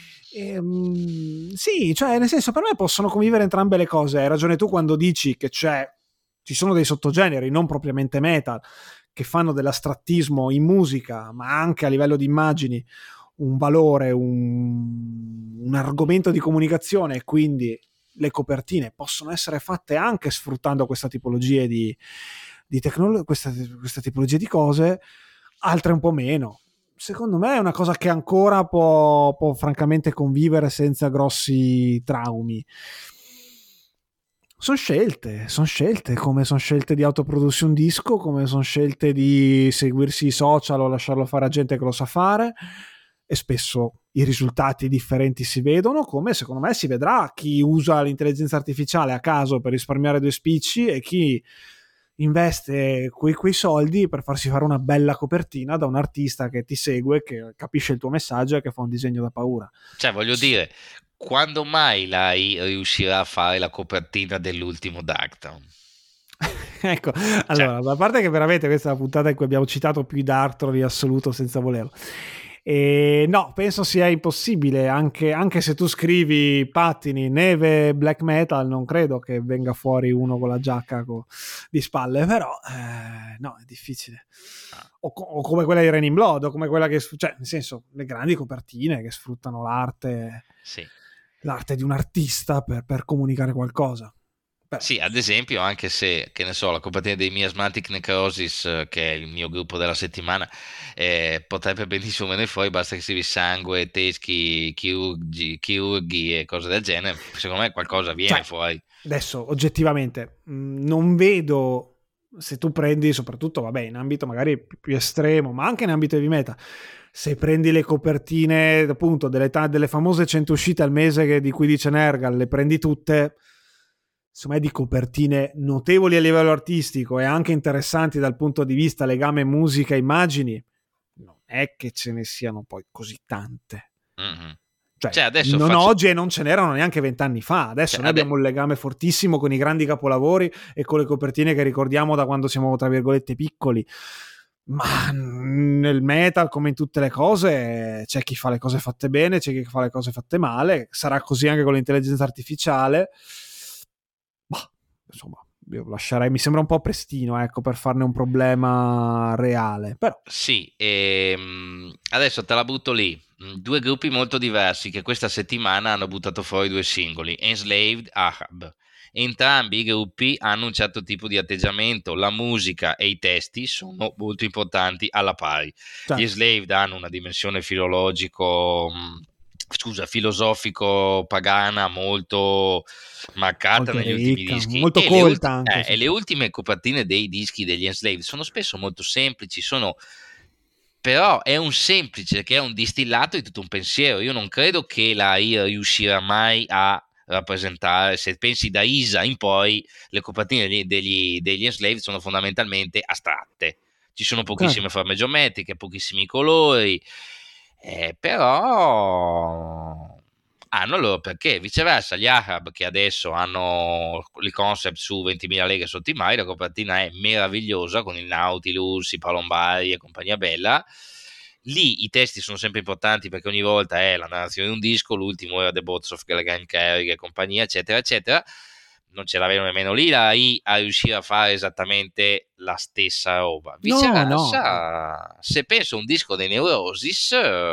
Sì, cioè nel senso per me possono convivere entrambe le cose. Hai ragione tu quando dici che ci sono dei sottogeneri non propriamente metal che fanno dell'astrattismo in musica, ma anche a livello di immagini un valore, un argomento di comunicazione e quindi le copertine possono essere fatte anche sfruttando questa tipologia di tecnologia, questa tipologia di cose, altre un po' meno. Secondo me è una cosa che ancora può francamente convivere senza grossi traumi. Sono scelte, come sono scelte di autoprodursi un disco, come sono scelte di seguirsi i social o lasciarlo fare a gente che lo sa fare, e spesso i risultati differenti si vedono, come secondo me si vedrà chi usa l'intelligenza artificiale a caso per risparmiare 2 spicci e chi investe quei soldi per farsi fare una bella copertina da un artista che ti segue, che capisce il tuo messaggio e che fa un disegno da paura. Cioè, voglio dire, quando mai l'AI riuscirà a fare la copertina dell'ultimo Darktown? Ecco, Cioè, allora, a parte che veramente questa è la puntata in cui abbiamo citato più i Darktron in assoluto senza volerlo. E no, penso sia impossibile, anche se tu scrivi pattini, neve, black metal, non credo che venga fuori uno con la giacca di spalle, però no, è difficile. O come quella di Raining Blood, o come quella che, cioè, nel senso, le grandi copertine che sfruttano sì. l'arte di un artista per comunicare qualcosa. Però, Sì, ad esempio, anche se, che ne so, la copertina dei Miasmatic Necrosis, che è il mio gruppo della settimana, potrebbe benissimo venire fuori, basta che scrivi sangue, teschi, chirurghi e cose del genere, secondo me qualcosa viene cioè, fuori. adesso oggettivamente non vedo, se tu prendi soprattutto vabbè in ambito magari più estremo ma anche in ambito heavy metal, se prendi le copertine appunto delle famose 100 uscite al mese di cui dice Nergal, le prendi tutte, insomma di copertine notevoli a livello artistico e anche interessanti dal punto di vista legame musica immagini, non è che ce ne siano poi così tante. Mhm. Cioè, Cioè, adesso non faccio... oggi e non ce n'erano neanche 20 anni fa. Adesso cioè, noi abbiamo un legame fortissimo con i grandi capolavori e con le copertine che ricordiamo da quando siamo, tra virgolette, piccoli. Ma nel metal, come in tutte le cose, c'è chi fa le cose fatte bene, c'è chi fa le cose fatte male. Sarà così anche con l'intelligenza artificiale. Bah, insomma, io lascerei, mi sembra un po' prestino, ecco, per farne un problema reale. Però, Sì, adesso te la butto lì. Due gruppi molto diversi che questa settimana hanno buttato fuori due singoli, Enslaved, Ahab. Entrambi i gruppi hanno un certo tipo di atteggiamento, la musica e i testi sono molto importanti alla pari. Gli certo. Enslaved hanno una dimensione filologico scusa, filosofico-pagana molto marcata Molto negli ultimi ricca, dischi, molto colta anche. e le ultime copertine dei dischi degli Enslaved sono spesso molto semplici, però è un semplice che è un distillato di tutto un pensiero. Io non credo che la IA riuscirà mai a rappresentare, se pensi da Isa in poi, le copertine degli Enslaved sono fondamentalmente astratte. Ci sono pochissime Certo. forme geometriche, pochissimi colori, però hanno il loro perché. Viceversa, gli Arab che adesso hanno il concept su 20.000 leghe sotto i mari, la copertina è meravigliosa con il Nautilus, i palombari e compagnia bella. Lì i testi sono sempre importanti perché ogni volta è la narrazione di un disco, l'ultimo era The Boats of Gallagher Carrick e compagnia, eccetera, eccetera. Non ce l'avevano nemmeno lì la I a riuscire a fare esattamente la stessa roba. No, no. Viceversa, se penso a un disco dei Neurosis,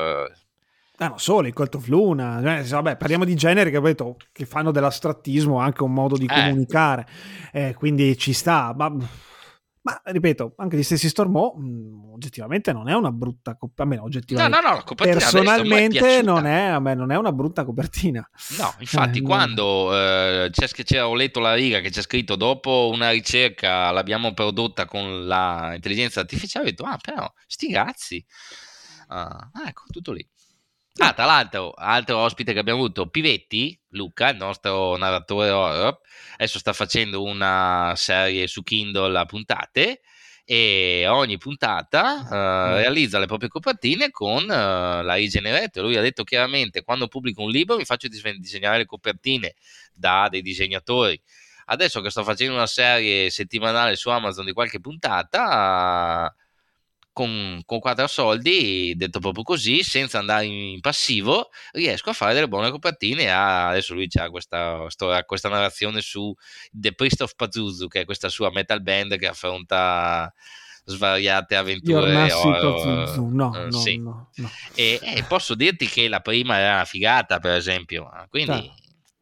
Non solo, il Cult of Luna, vabbè, parliamo di generi che, ripeto, che fanno dell'astrattismo anche un modo di eh, comunicare, quindi ci sta, ma ripeto, anche gli stessi Stormò oggettivamente non è una brutta almeno no, no, oggettivamente, no, la copertina adesso a me è personalmente piaciuta. a me non è una brutta copertina. No, infatti, No. quando ho letto la riga che c'è scritto dopo una ricerca l'abbiamo prodotta con l'intelligenza artificiale, ho detto, ah, però, sti cazzi. Ecco, tutto lì. No. Tra l'altro, altro ospite che abbiamo avuto, Pivetti, Luca, il nostro narratore horror, adesso sta facendo una serie su Kindle a puntate e ogni puntata realizza le proprie copertine con la Regenerator. Lui ha detto chiaramente: quando pubblico un libro mi faccio disegnare le copertine da dei disegnatori. Adesso che sto facendo una serie settimanale su Amazon di qualche puntata, con 4 soldi, detto proprio così, senza andare in passivo, riesco a fare delle buone copertine. Adesso lui ha questa narrazione su The Priest of Pazuzu, che è questa sua metal band che affronta svariate avventure Yornassi horror. Pazuzu, no, no, Sì. no, no. E posso dirti che la prima era una figata, per esempio. Quindi, Certo.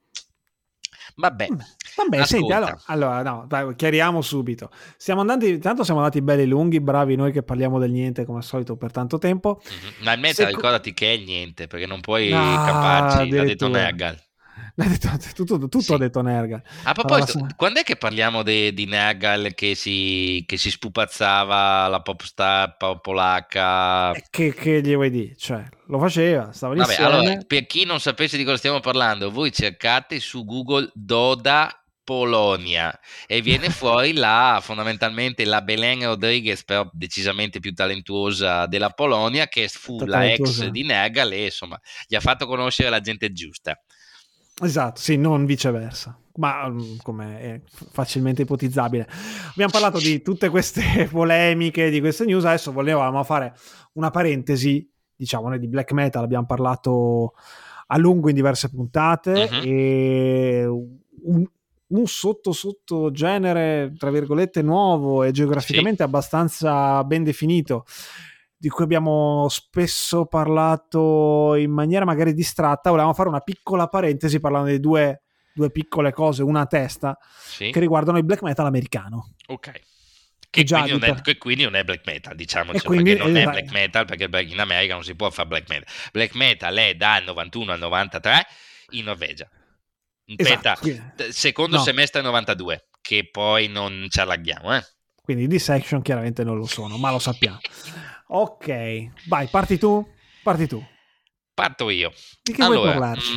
vabbè, Vabbè, senti, ascolta. allora no, dai, chiariamo subito. Tanto siamo andati belli lunghi, bravi noi che parliamo del niente come al solito per tanto tempo. Ma il meta, Seco- ricordati che è niente, perché non puoi Ah, camparci, l'ha detto addirittura. Nergal. L'ha detto, tutto ha Sì. detto Nergal. A Però proposito, quando è che parliamo di Nergal che si spupazzava la pop star polacca? che gli vuoi dire? Cioè, lo faceva, stavano Vabbè, allora, insieme. per chi non sapesse di cosa stiamo parlando, voi cercate su Google Doda Polonia e viene fuori fondamentalmente la Belen Rodriguez, però decisamente più talentuosa della Polonia, che fu la ex Talentuosa. di Nergal e insomma gli ha fatto conoscere la gente giusta. Esatto, sì, non viceversa, ma come è facilmente ipotizzabile. Abbiamo parlato di tutte queste polemiche, di queste news, adesso volevamo fare una parentesi, diciamo, noi di black metal abbiamo parlato a lungo in diverse puntate Mhm. e un sottogenere, tra virgolette, nuovo e Sì. geograficamente abbastanza ben definito, di cui abbiamo spesso parlato in maniera magari distratta. Volevamo fare una piccola parentesi parlando di due piccole cose, una a testa, Sì. che riguardano il black metal americano. Ok. Che Che già quindi di non è, per... che quindi non è black metal, E diciamocelo, quindi perché non è black metal, perché in America non si può fare black metal. Black metal è dal 91 al 93 in Norvegia. esatto, Aspetta, secondo no, semestre 92, che poi non ci allaghiamo, eh. quindi i dissection chiaramente non lo sono, ma lo sappiamo. Ok, vai, parti tu? Parti tu. Parto io. Di che vuoi Allora, parlarci?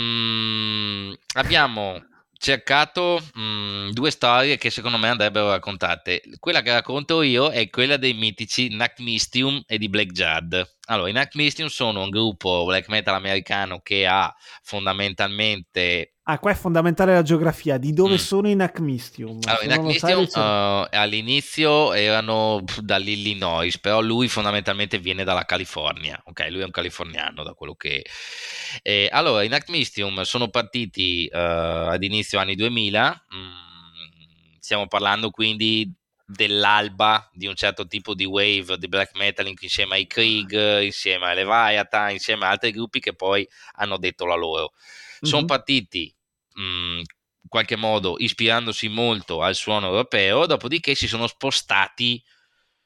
abbiamo cercato due storie che secondo me andrebbero raccontate. Quella che racconto io è quella dei mitici Nacmistium e di Black Judd. Allora, i Nacmistium sono un gruppo black metal americano che ha fondamentalmente. Ah, qua è fondamentale la geografia. Di dove mm, sono i Nacmistium? allora, i Se non lo sai, Nacmistium all'inizio erano dall'Illinois, però lui fondamentalmente viene dalla California, ok? Lui è un californiano da quello che. Allora, i Nacmistium sono partiti ad inizio anni 2000, stiamo parlando quindi dell'alba di un certo tipo di wave di black metal insieme ai Krieg, insieme ai Leviathan, insieme a altri gruppi che poi hanno detto la loro. Sono Mhm. partiti in qualche modo ispirandosi molto al suono europeo, dopodiché si sono spostati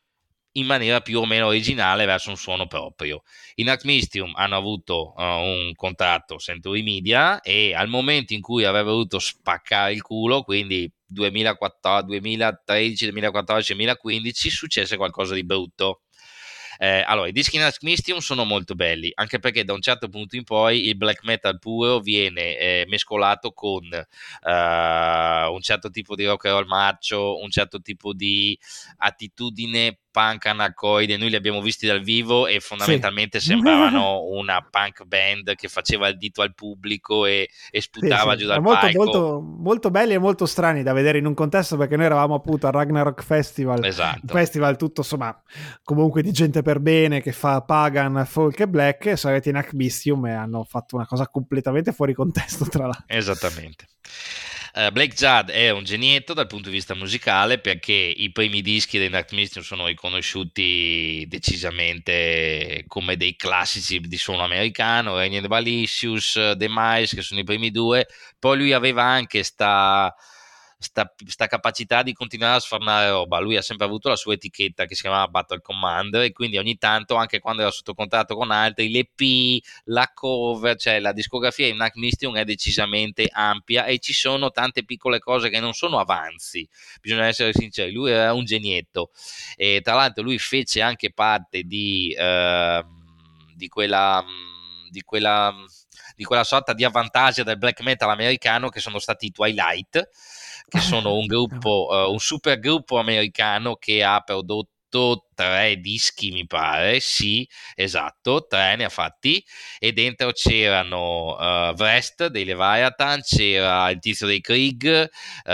in maniera più o meno originale verso un suono proprio. I Nacmistium hanno avuto un contratto Century Media e al momento in cui avrebbero voluto spaccare il culo, quindi 2014, 2013, 2014, 2015, successe qualcosa di brutto. Allora, i dischi Nacmistium sono molto belli, anche perché da un certo punto in poi il black metal puro viene mescolato con un certo tipo di rock and roll marcio, un certo tipo di attitudine punk anarcoide. Noi li abbiamo visti dal vivo e Sì. fondamentalmente sembravano una punk band che faceva il dito al pubblico e Sì, sputava sì, giù è dal molto, palco. molto, molto belli e molto strani da vedere in un contesto, perché noi eravamo appunto al Ragnarok Festival, un Esatto. festival tutto insomma comunque di gente per bene che fa pagan, folk e black, e sono arrivati in Acbistium e hanno fatto una cosa completamente fuori contesto, tra l'altro. Esattamente. Blake Judd è un genietto dal punto di vista musicale, perché i primi dischi dei Nightmare sono riconosciuti decisamente come dei classici di suono americano, Reign and Valicious, The Mice, che sono i primi due. Poi lui aveva anche sta capacità di continuare a sfornare roba. Lui ha sempre avuto la sua etichetta che si chiamava Battle Commander, e quindi ogni tanto, anche quando era sotto contratto con altri, l'EP, la cover, cioè la discografia di Knack Mystium è decisamente ampia e ci sono tante piccole cose che non sono avanzi, bisogna essere sinceri. Lui era un genietto, e tra l'altro lui fece anche parte di quella di quella di quella sorta di avvantaggio del black metal americano che sono stati i Twilight, che sono un gruppo, un super gruppo americano che ha prodotto 3 dischi, mi pare, sì, esatto, 3 ne ha fatti, e dentro c'erano Vrest dei Leviathan, c'era il tizio dei Krieg,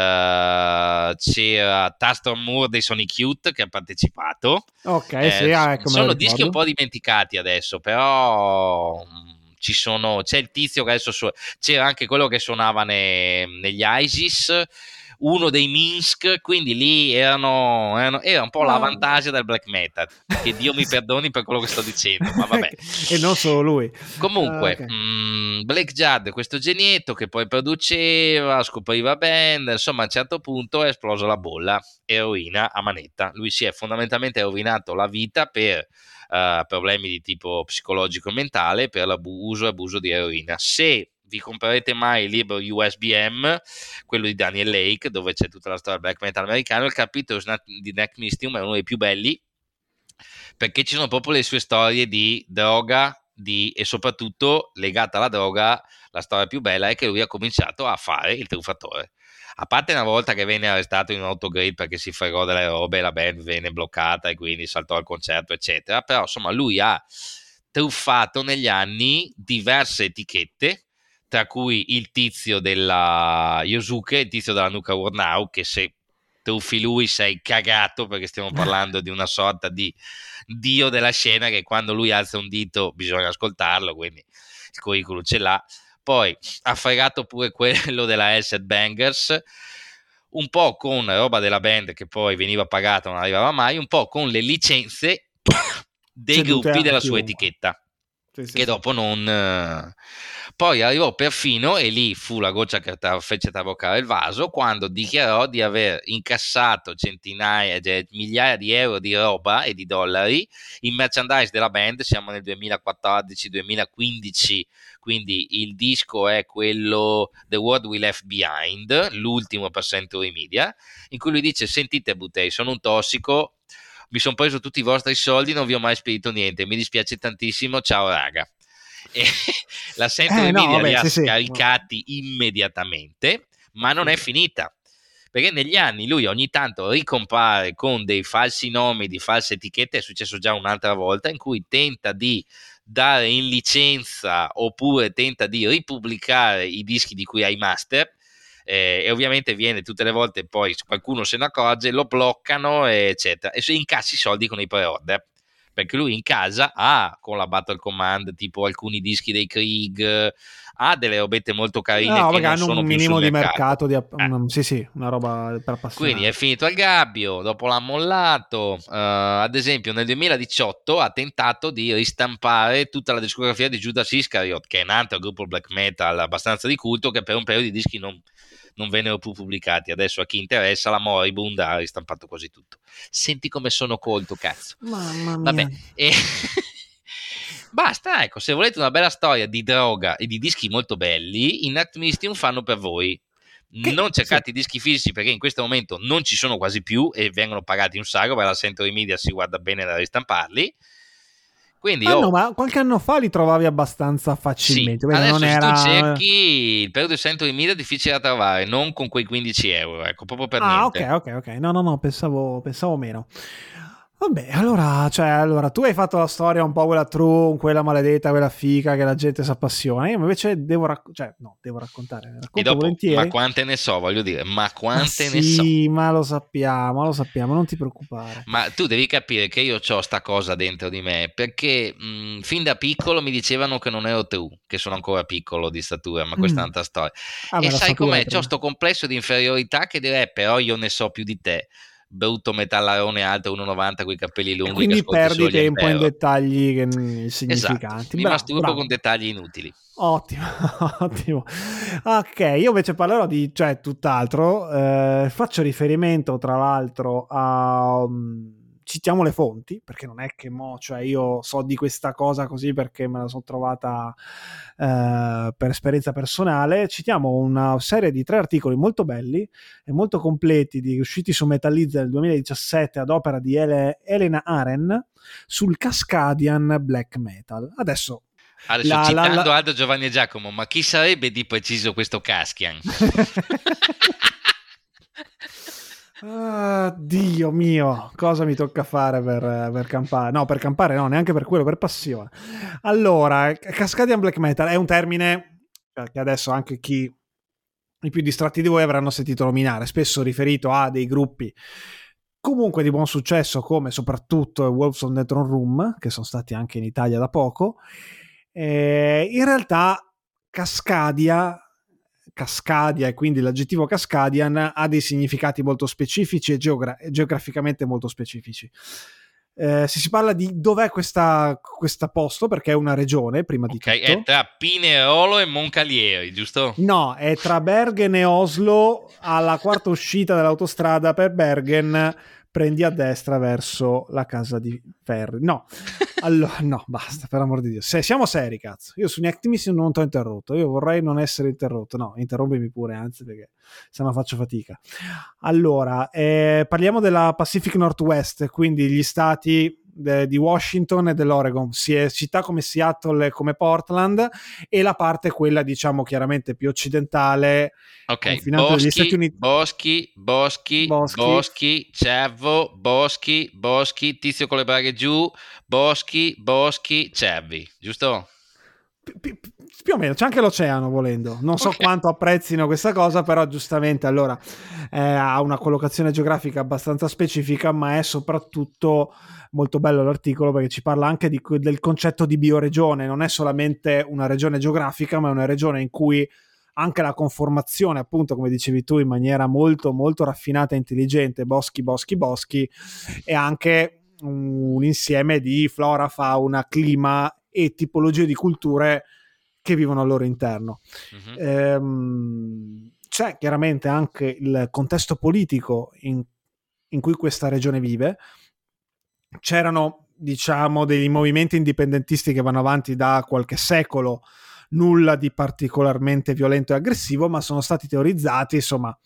c'era Tastor Moore dei Sonic Youth che ha partecipato. Ok, sì, ecco, me lo Sono dischi un ricordo. po' dimenticati adesso, però c'è il tizio che adesso c'era anche quello che suonava negli ISIS, uno dei Minsk, quindi lì era un po' la Ah. vantaggio del black metal, che Dio mi perdoni per quello che sto dicendo, ma vabbè. E non solo lui. Comunque, Ok. Blake Judd, questo genietto che poi produceva, scopriva band, insomma a un certo punto è esplosa la bolla, eroina a manetta. Lui si è fondamentalmente rovinato la vita per problemi di tipo psicologico e mentale, per l'abuso e abuso di eroina. Se vi comprerete mai il libro USBM, quello di Daniel Lake, dove c'è tutta la storia del black metal americano, il capitolo di Neck Mystium è uno dei più belli, perché ci sono proprio le sue storie di droga, e soprattutto legata alla droga. La storia più bella è che lui ha cominciato a fare il truffatore. A parte una volta che venne arrestato in un autogrill perché si fregò delle robe, la band venne bloccata e quindi saltò al concerto, eccetera. Però insomma lui ha truffato negli anni diverse etichette, tra cui il tizio della Yosuke, il tizio della Nuka War Now, che se truffi lui sei cagato, perché stiamo parlando di una sorta di dio della scena che quando lui alza un dito bisogna ascoltarlo, quindi il curriculum ce l'ha. Poi ha fregato pure quello della Hellset Bangers, un po' con roba della band che poi veniva pagata, non arrivava mai, un po' con le licenze dei Cedute gruppi a della sua chiunque. etichetta, Sì, sì, che sì. dopo non poi arrivò perfino, e lì fu la goccia che fece traboccare il vaso, quando dichiarò di aver incassato centinaia, migliaia di euro di roba e di dollari in merchandise della band. Siamo nel 2014-2015, quindi il disco è quello The World We Left Behind, l'ultimo per Century Media, in cui lui dice: sentite Butei, sono un tossico, mi sono preso tutti i vostri soldi, non vi ho mai spedito niente, mi dispiace tantissimo, ciao raga. E la Century No, Media li vabbè, ha sì, sì. scaricati immediatamente, ma non Sì, è sì. finita, perché negli anni lui ogni tanto ricompare con dei falsi nomi, di false etichette. È successo già un'altra volta, in cui tenta di dare in licenza oppure tenta di ripubblicare i dischi di cui ha i master, e ovviamente viene tutte le volte, poi qualcuno se ne accorge, lo bloccano, eccetera, e se incassi i soldi con i pre-order, perché lui in casa ha con la Battle Command tipo alcuni dischi dei Krieg, ha delle robette molto carine No, che perché non hanno sono un più sul minimo di mercato. mercato, sì, una roba per Quindi è appassionati. finito al gabbio, dopo l'ha mollato. Ad esempio, nel 2018 ha tentato di ristampare tutta la discografia di Judas Iscariot, che è un altro gruppo black metal abbastanza di culto, che per un paio di dischi non vennero più pubblicati. Adesso a chi interessa, la Moribund ha ristampato quasi tutto. Senti come sono colto, cazzo. Mamma mia. Vabbè, e basta, ecco, se volete una bella storia di droga e di dischi molto belli, i Nact Mystium fanno per voi. Che, Non sì. cercate i dischi fisici perché in questo momento non ci sono quasi più e vengono pagati un sacco, per la Century Media si guarda bene da ristamparli. Quindi Ah no, ma qualche anno fa li trovavi abbastanza sì, facilmente. Bene, non adesso se tu era... cerchi il periodo di Century Media è difficile da trovare, non con quei 15 euro, ecco, proprio per Ah, ok, niente. ok, ok. No, no, no, pensavo meno. Vabbè, allora, tu hai fatto la storia un po' quella true, quella maledetta, quella figa che la gente si appassiona. Io invece devo raccontare, E racconto dopo, ma volentieri. quante ne so, voglio dire, ma Ma quante ne so. sì, ma lo sappiamo, non ti preoccupare. Ma tu devi capire che io ho sta cosa dentro di me perché fin da piccolo mi dicevano che non ero true, che sono ancora piccolo di statura, ma questa è un'altra storia. Ah, E beh, la sai statura com'è? C'ho prima. sto complesso di inferiorità che direi, però io ne so più di te. Brutto metallarone alto 1,90 con i capelli E lunghi che quindi ascolti perdi solo gli tempo in Empero. dettagli Esatto, insignificanti. mi Bravo, masturbo con bravo. dettagli inutili. Ottimo, ottimo. Ok, io invece parlerò di, cioè, tutt'altro. Faccio riferimento, tra l'altro, a... citiamo le fonti, perché non è che cioè io so di questa cosa così perché me la sono trovata per esperienza personale. Citiamo una serie di 3 articoli molto belli e molto completi usciti su Metallizza nel 2017 ad opera di Elena Aren sul Cascadian Black Metal. Adesso Adesso la, la, citando la... Aldo Giovanni e Giacomo, ma chi sarebbe di preciso questo Caskian? Ah, Dio mio, cosa mi tocca fare per campare? No, per campare no, neanche per quello, per passione. Allora, Cascadian Black Metal è un termine che adesso anche i più distratti di voi avranno sentito nominare, spesso riferito a dei gruppi comunque di buon successo come soprattutto Wolves on the Throne Room, che sono stati anche in Italia da poco. In realtà Cascadia e quindi l'aggettivo Cascadian ha dei significati molto specifici e geograficamente molto specifici. Se si parla di dov'è questa posto, perché è una regione prima di Ok, è tutto. tra Pinerolo e Moncalieri, giusto? No, è tra Bergen e Oslo, alla quarta uscita dell'autostrada per Bergen, prendi a destra verso la casa di Ferri. No, allora, no, basta, per amor di Dio. Se siamo seri, cazzo. Io su Neactimissimo non ti ho interrotto, io vorrei non essere interrotto. No, interrompimi pure, anzi, perché se no faccio fatica. Allora, parliamo della Pacific Northwest, quindi gli stati di Washington e dell'Oregon, città come Seattle e come Portland, e la parte quella diciamo chiaramente più occidentale, Ok, confinante degli Stati Uniti. Boschi. Boschi, Tizio con le braghe giù, Boschi, Cervi, giusto? Più o meno, c'è anche l'oceano volendo, non so Ok. quanto apprezzino questa cosa, però giustamente allora ha una collocazione geografica abbastanza specifica, ma è soprattutto molto bello l'articolo perché ci parla anche del concetto di bioregione, non è solamente una regione geografica, ma è una regione in cui anche la conformazione, appunto come dicevi tu, in maniera molto molto raffinata e intelligente, boschi, e anche un insieme di flora, fauna, clima e tipologie di culture che vivono al loro interno. Mhm. C'è chiaramente anche il contesto politico in cui questa regione vive. C'erano, diciamo, dei movimenti indipendentisti che vanno avanti da qualche secolo, nulla di particolarmente violento e aggressivo, ma sono stati teorizzati, insomma,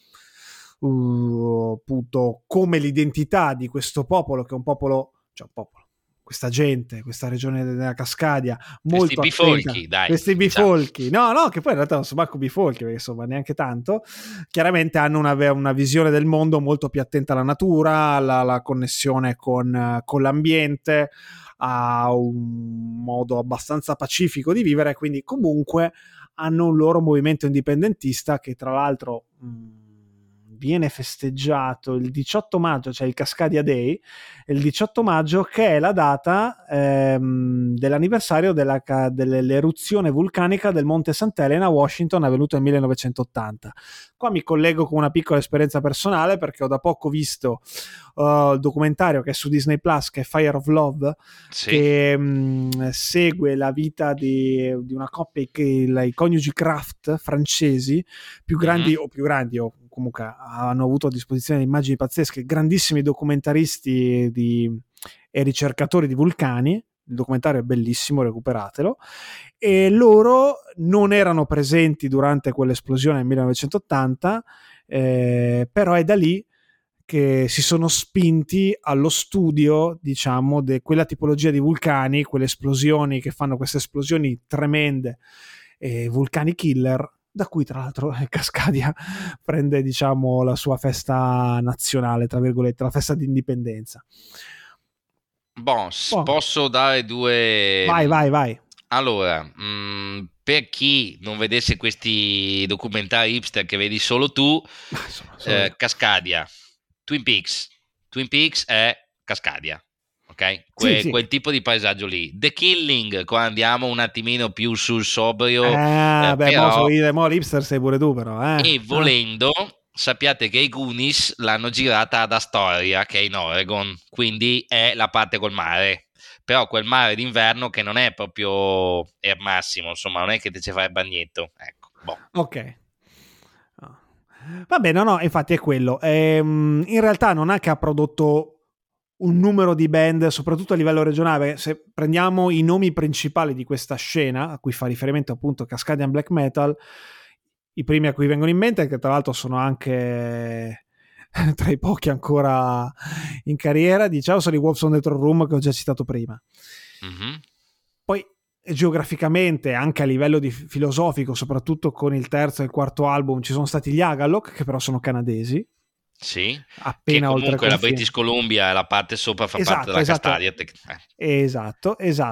appunto, come l'identità di questo popolo, che è un popolo, questa gente, questa regione della Cascadia, Questi molto attenta, bifolchi, dai, questi diciamo. bifolchi, no, che poi in realtà non sono manco bifolchi, perché insomma neanche tanto, chiaramente hanno una visione del mondo molto più attenta alla natura, alla connessione con l'ambiente, a un modo abbastanza pacifico di vivere, quindi comunque hanno un loro movimento indipendentista che tra l'altro viene festeggiato il 18 maggio, cioè il Cascadia Day, il 18 maggio, che è la data dell'anniversario dell'eruzione vulcanica del Monte Sant'Elena a Washington, avvenuto nel 1980. Qua mi collego con una piccola esperienza personale, perché ho da poco visto il documentario che è su Disney Plus, che è Fire of Love, Sì. che segue la vita di una coppia, i coniugi Kraft francesi, più grandi o comunque hanno avuto a disposizione immagini pazzesche, grandissimi documentaristi e ricercatori di vulcani. Il documentario è bellissimo, recuperatelo. E loro non erano presenti durante quell'esplosione nel 1980, però è da lì che si sono spinti allo studio, diciamo, di quella tipologia di vulcani, quelle esplosioni che fanno queste esplosioni tremende, vulcani killer, da cui tra l'altro Cascadia prende, diciamo, la sua festa nazionale, tra virgolette, la festa d'indipendenza. Posso dare due... Vai. Allora, per chi non vedesse questi documentari hipster che vedi solo tu, Cascadia, Twin Peaks è Cascadia, ok? Sì. Quel tipo di paesaggio lì. The Killing, qua andiamo un attimino più sul sobrio, però... mo l'hipster sei pure tu, però. E volendo... Sappiate che i Goonies l'hanno girata ad Astoria, che è in Oregon, quindi è la parte col mare, però quel mare d'inverno che non è proprio il massimo, insomma, non è che te ci fai il bagnetto, ecco. Ok. Vabbè, no, infatti è quello. In realtà non è che ha prodotto un numero di band, soprattutto a livello regionale. Se prendiamo i nomi principali di questa scena, a cui fa riferimento appunto Cascadian Black Metal, i primi a cui vengono in mente, che tra l'altro sono anche tra i pochi ancora in carriera, diciamo, sono i Wolves on the Throne Room, che ho già citato prima. Poi geograficamente, anche a livello di filosofico, soprattutto con il terzo e il quarto album, ci sono stati gli Agalloch, che però sono canadesi. Sì, appena che oltre comunque la British Columbia, la parte sopra fa parte della Cascadia. Esatto.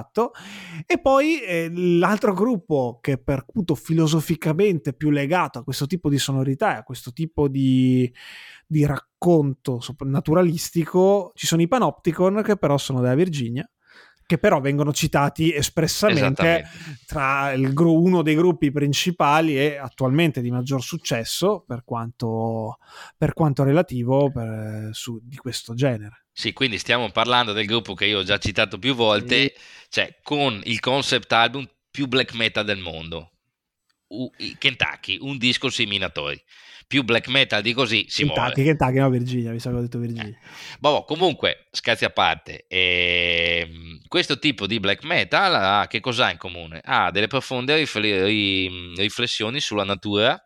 E poi l'altro gruppo che per appunto filosoficamente più legato a questo tipo di sonorità, a questo tipo di racconto naturalistico, ci sono i Panopticon, che però sono della Virginia, che però vengono citati espressamente tra uno dei gruppi principali e attualmente di maggior successo per quanto relativo di questo genere. Sì, quindi stiamo parlando del gruppo che io ho già citato più volte, cioè con il concept album più black metal del mondo, Kentucky, un disco sui minatori. Più black metal di così si muore. Kentucky, no, Virginia, mi sa che ho detto Virginia. Comunque, scherzi a parte, questo tipo di black metal che cosa ha in comune? Ha delle profonde riflessioni sulla natura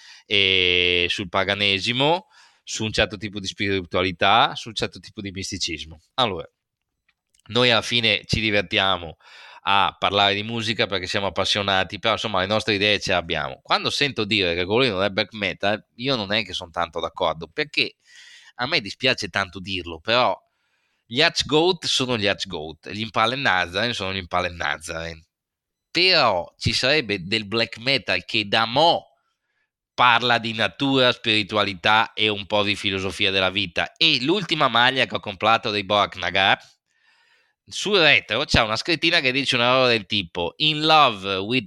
e sul paganesimo, su un certo tipo di spiritualità, su un certo tipo di misticismo. Allora, noi alla fine ci divertiamo a parlare di musica perché siamo appassionati, però insomma le nostre idee ce le abbiamo. Quando sento dire che quello non è black metal, io non è che sono tanto d'accordo, perché a me dispiace tanto dirlo, però gli Hutchgoat sono gli Hutchgoat, gli Impala Nazarene sono gli Impala Nazarene, però ci sarebbe del black metal che da mo' parla di natura, spiritualità e un po' di filosofia della vita. E l'ultima maglia che ho comprato dei Borak Nagar, sul retro c'è una scrittina che dice una roba del tipo in love with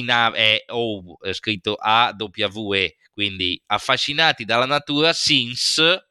scritto AWE, quindi affascinati dalla natura since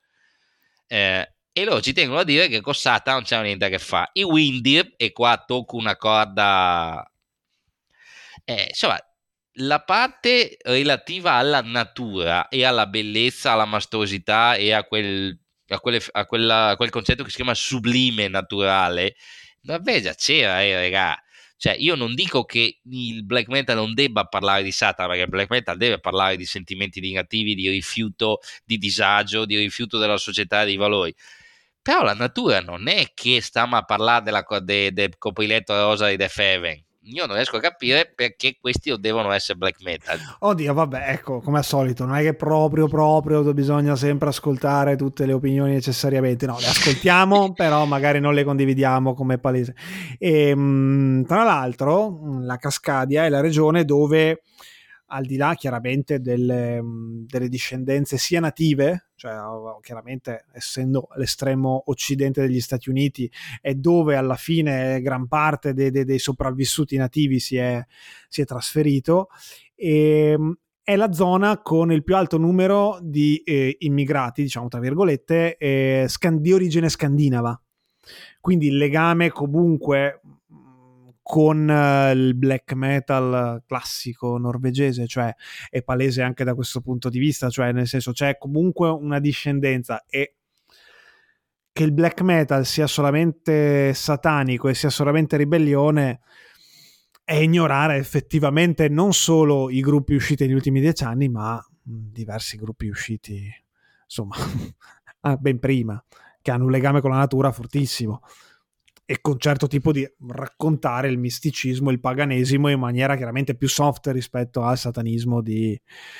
e loro ci tengono a dire che con Satan non c'è niente a che fare. I Windir, e qua tocco una corda, insomma, la parte relativa alla natura e alla bellezza, alla maestosità e a quel concetto che si chiama sublime naturale, Norvegia c'era, regà. Cioè, io non dico che il black metal non debba parlare di Satana, perché il black metal deve parlare di sentimenti negativi, di rifiuto, di disagio, di rifiuto della società e dei valori. Però la natura non è che stiamo a parlare del copriletto rosa di Death Heaven. Io non riesco a capire perché questi devono essere black metal. Oddio, vabbè, ecco, come al solito, non è che proprio bisogna sempre ascoltare tutte le opinioni necessariamente. No, le ascoltiamo, però magari non le condividiamo, come è palese. E, tra l'altro, la Cascadia è la regione dove al di là chiaramente delle discendenze sia native, cioè chiaramente essendo l'estremo occidente degli Stati Uniti è dove alla fine gran parte dei sopravvissuti nativi si è trasferito, e è la zona con il più alto numero di immigrati, diciamo tra virgolette, di origine scandinava. Quindi il legame comunque con il black metal classico norvegese, cioè è palese anche da questo punto di vista, cioè nel senso c'è comunque una discendenza, e che il black metal sia solamente satanico e sia solamente ribellione è ignorare effettivamente non solo i gruppi usciti negli ultimi 10 anni, ma diversi gruppi usciti insomma ben prima, che hanno un legame con la natura fortissimo e con certo tipo di raccontare il misticismo, il paganesimo in maniera chiaramente più soft rispetto al satanismo del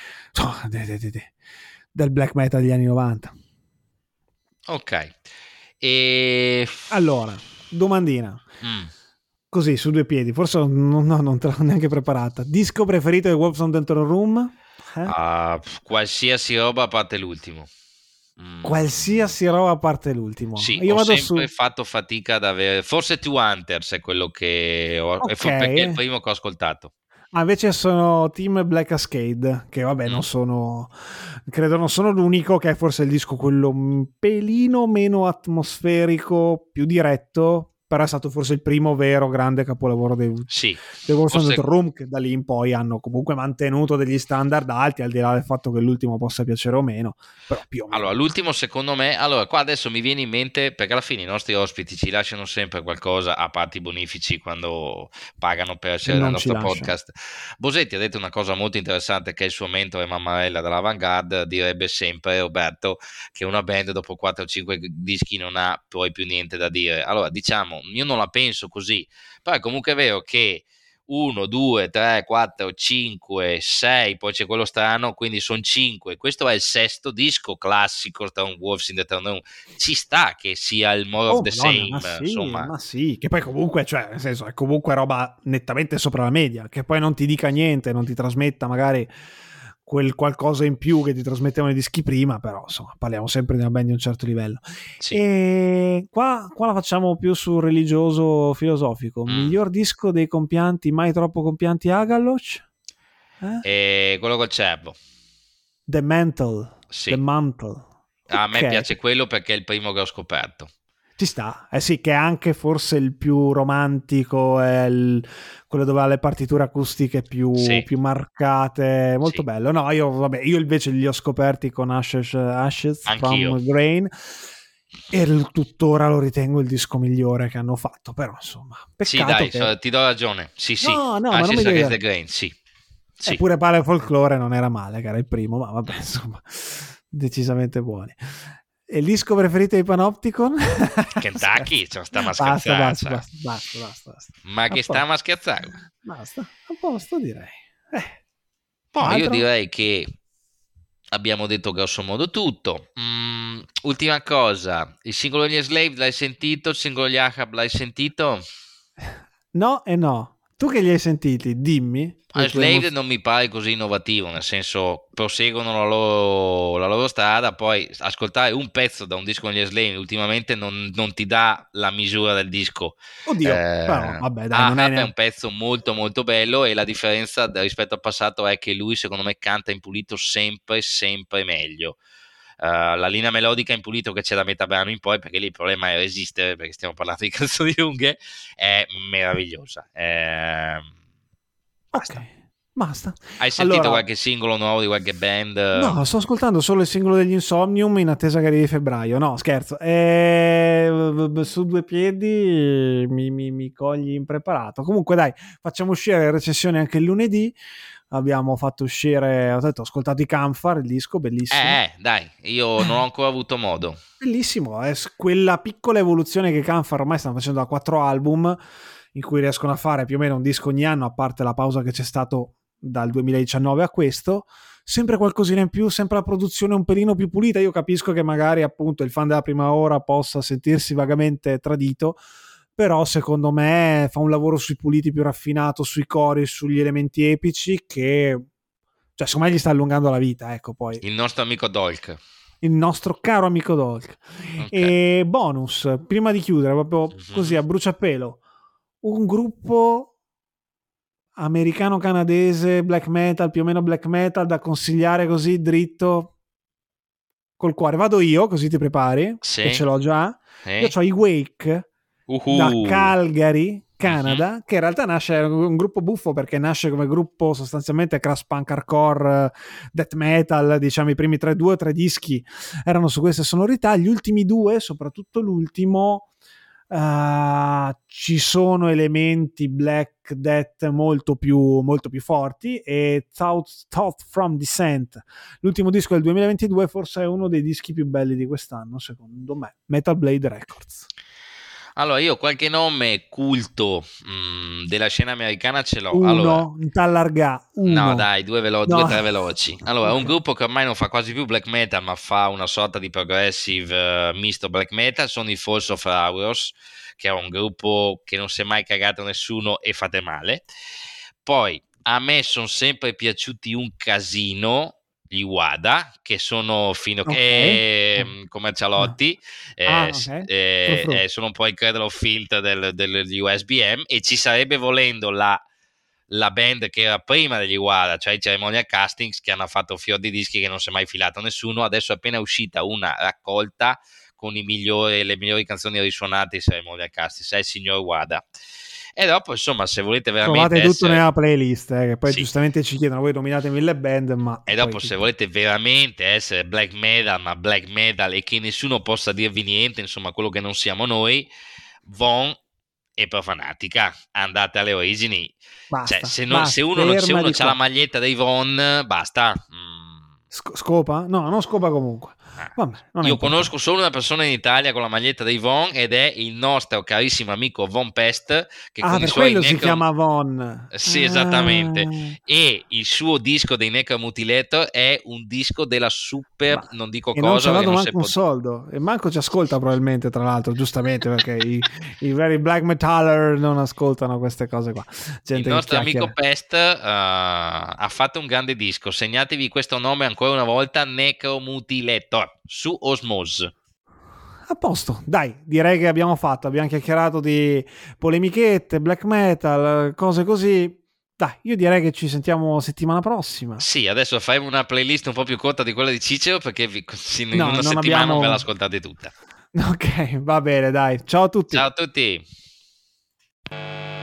black metal degli anni 90. Ok. E allora, domandina. Così, su due piedi, forse non te l'ho neanche preparata. Disco preferito di Wolves on the Throne Room? Qualsiasi roba a parte l'ultimo. Qualsiasi roba a parte l'ultimo. Sì, io ho vado sempre fatto fatica ad avere. Forse Two Hunters è quello che ho, perché è il primo che ho ascoltato. Invece sono Team Black Cascade, che vabbè credo non sono l'unico, che è forse il disco quello un pelino meno atmosferico, più diretto, però è stato forse il primo vero grande capolavoro dei Wolves on the Throne Room, che da lì in poi hanno comunque mantenuto degli standard alti, al di là del fatto che l'ultimo possa piacere o meno, però più o meno. Allora, l'ultimo secondo me, qua adesso mi viene in mente, perché alla fine i nostri ospiti ci lasciano sempre qualcosa, a parte i bonifici quando pagano per essere nel nostro podcast. Bosetti ha detto una cosa molto interessante, che il suo mentore Mammarella dell'Avantgarde direbbe sempre, Roberto, che una band dopo 4 o 5 dischi non ha poi più niente da dire. Allora, diciamo, io non la penso così, però è comunque vero che 1, 2, 3, 4, 5, 6, poi c'è quello strano, quindi sono 5. Questo è il sesto disco classico tra un Wolves in the Throne Room. Ci sta che sia il more of the same, insomma. Ma sì, che poi comunque, cioè, nel senso, è comunque roba nettamente sopra la media, che poi non ti dica niente, non ti trasmetta magari quel qualcosa in più che ti trasmettevano i dischi prima, però insomma parliamo sempre di una band di un certo livello. Sì. E qua la facciamo più sul religioso filosofico. Miglior disco dei compianti, mai troppo compianti, Agaloch? Quello col cervo. The Mantle. Sì. The Mantle. A me piace quello perché è il primo che ho scoperto. Ci sta, sì, che è anche forse il più romantico, è quello dove ha le partiture acustiche più marcate, molto bello. No, io invece li ho scoperti con Ashes from Grain, e tuttora lo ritengo il disco migliore che hanno fatto, però insomma, peccato. Sì, dai, ti do ragione. Sì. No, Ashes against the Grain, sì. Eppure Pale Folklore non era male, che era il primo, ma vabbè, insomma, decisamente buoni. E il disco preferito di Panopticon? Kentucky, sta scherzando. Basta. Ma che stiamo scherzando? Basta, a posto direi. Poi io direi che abbiamo detto grosso modo tutto. Ultima cosa, il singolo degli Slave l'hai sentito? Il singolo degli Ahab l'hai sentito? No e no. Tu che li hai sentiti? Dimmi. Slave non mi pare così innovativo, nel senso proseguono la loro strada, poi ascoltare un pezzo da un disco degli Slave ultimamente non ti dà la misura del disco. Oddio, però vabbè dai, non è un pezzo molto molto bello, e la differenza rispetto al passato è che lui secondo me canta in pulito sempre meglio. La linea melodica in pulito che c'è da metà brano in poi, perché lì il problema è resistere, perché stiamo parlando di canzoni lunghe, è meravigliosa. Basta. Hai sentito qualche singolo nuovo di qualche band? No, sto ascoltando solo il singolo degli Insomnium in attesa che arrivi di febbraio. No, scherzo. Su due piedi mi cogli impreparato. Comunque dai, facciamo uscire le recensioni anche il lunedì. Abbiamo fatto uscire, ho ascoltato i Canfar, il disco, bellissimo. Dai, io non ho ancora avuto modo. Bellissimo, è quella piccola evoluzione che Canfar ormai stanno facendo da 4 album, in cui riescono a fare più o meno un disco ogni anno, a parte la pausa che c'è stato dal 2019 a questo, sempre qualcosina in più, sempre la produzione un pelino più pulita. Io capisco che magari appunto il fan della prima ora possa sentirsi vagamente tradito, però secondo me fa un lavoro sui puliti più raffinato, sui cori, sugli elementi epici, che Cioè, secondo me gli sta allungando la vita, ecco, poi. Il nostro amico Dolk. Il nostro caro amico Dolk. Ok. E bonus, prima di chiudere, proprio così a bruciapelo, un gruppo americano-canadese black metal, più o meno black metal, da consigliare così dritto col cuore. Vado io, così ti prepari, che Sì. ce l'ho già. Io ho i Wake da Calgary, Canada, che in realtà nasce un gruppo buffo perché nasce come gruppo sostanzialmente crash punk hardcore, death metal, diciamo i primi 2 o 3 dischi erano su queste sonorità, gli ultimi 2, soprattutto l'ultimo, ci sono elementi black death molto più forti, e Thought from Descent, l'ultimo disco del 2022, forse è uno dei dischi più belli di quest'anno secondo me, Metal Blade Records. Allora, io qualche nome culto della scena americana ce l'ho. Uno, Allora, t'allarga, uno. no, dai, due o tre veloci. Allora, Okay. un gruppo che ormai non fa quasi più black metal, ma fa una sorta di progressive misto black metal, sono i Falls of Arrows, che è un gruppo che non si è mai cagato nessuno e fate male. Poi, a me sono sempre piaciuti un casino gli Wada, che sono commercialotti, Okay. sono un po' il cradle of filth degli USBM, e ci sarebbe volendo la band che era prima degli Wada, cioè i Ceremonial Castings, che hanno fatto fior di dischi che non si è mai filato nessuno. Adesso è appena uscita una raccolta con le migliori canzoni risuonate di Ceremonial Castings, è il signor Wada. E dopo, insomma, se volete veramente Trovate tutto essere... nella playlist, che poi Sì. giustamente ci chiedono, voi nominate 1000 band, ma... E dopo, se volete veramente essere black metal, ma black metal e che nessuno possa dirvi niente, insomma, quello che non siamo noi, Von e Profanatica, andate alle origini. Basta, Cioè, basta, se uno fermati ha la qua. maglietta dei Von, basta. Scopa? No, non scopa comunque. Vabbè, non è Io importante. conosco solo una persona in Italia con la maglietta dei Von, ed è il nostro carissimo amico Von Pest, che con i Per suoi quello si chiama Von. Sì, esattamente. E il suo disco dei Necromutilator è un disco della super, non dico E non ci cosa ha perché dato non si manco un può dire. soldo. E manco ci ascolta probabilmente, tra l'altro, giustamente, perché i veri black metaller non ascoltano queste cose qua. Il Gente che nostro amico chiacchiera. Pest ha fatto un grande disco. Segnatevi questo nome ancora una volta: Necromutilator su Osmose. A posto, dai, direi che abbiamo chiacchierato di polemichette, black metal, cose così. Dai, io direi che ci sentiamo settimana prossima. Sì, adesso faremo una playlist un po' più corta di quella di Cicero, perché in No, una non settimana non ve abbiamo... l'ascoltate tutta. Ok, va bene, dai. Ciao a tutti. Ciao a tutti.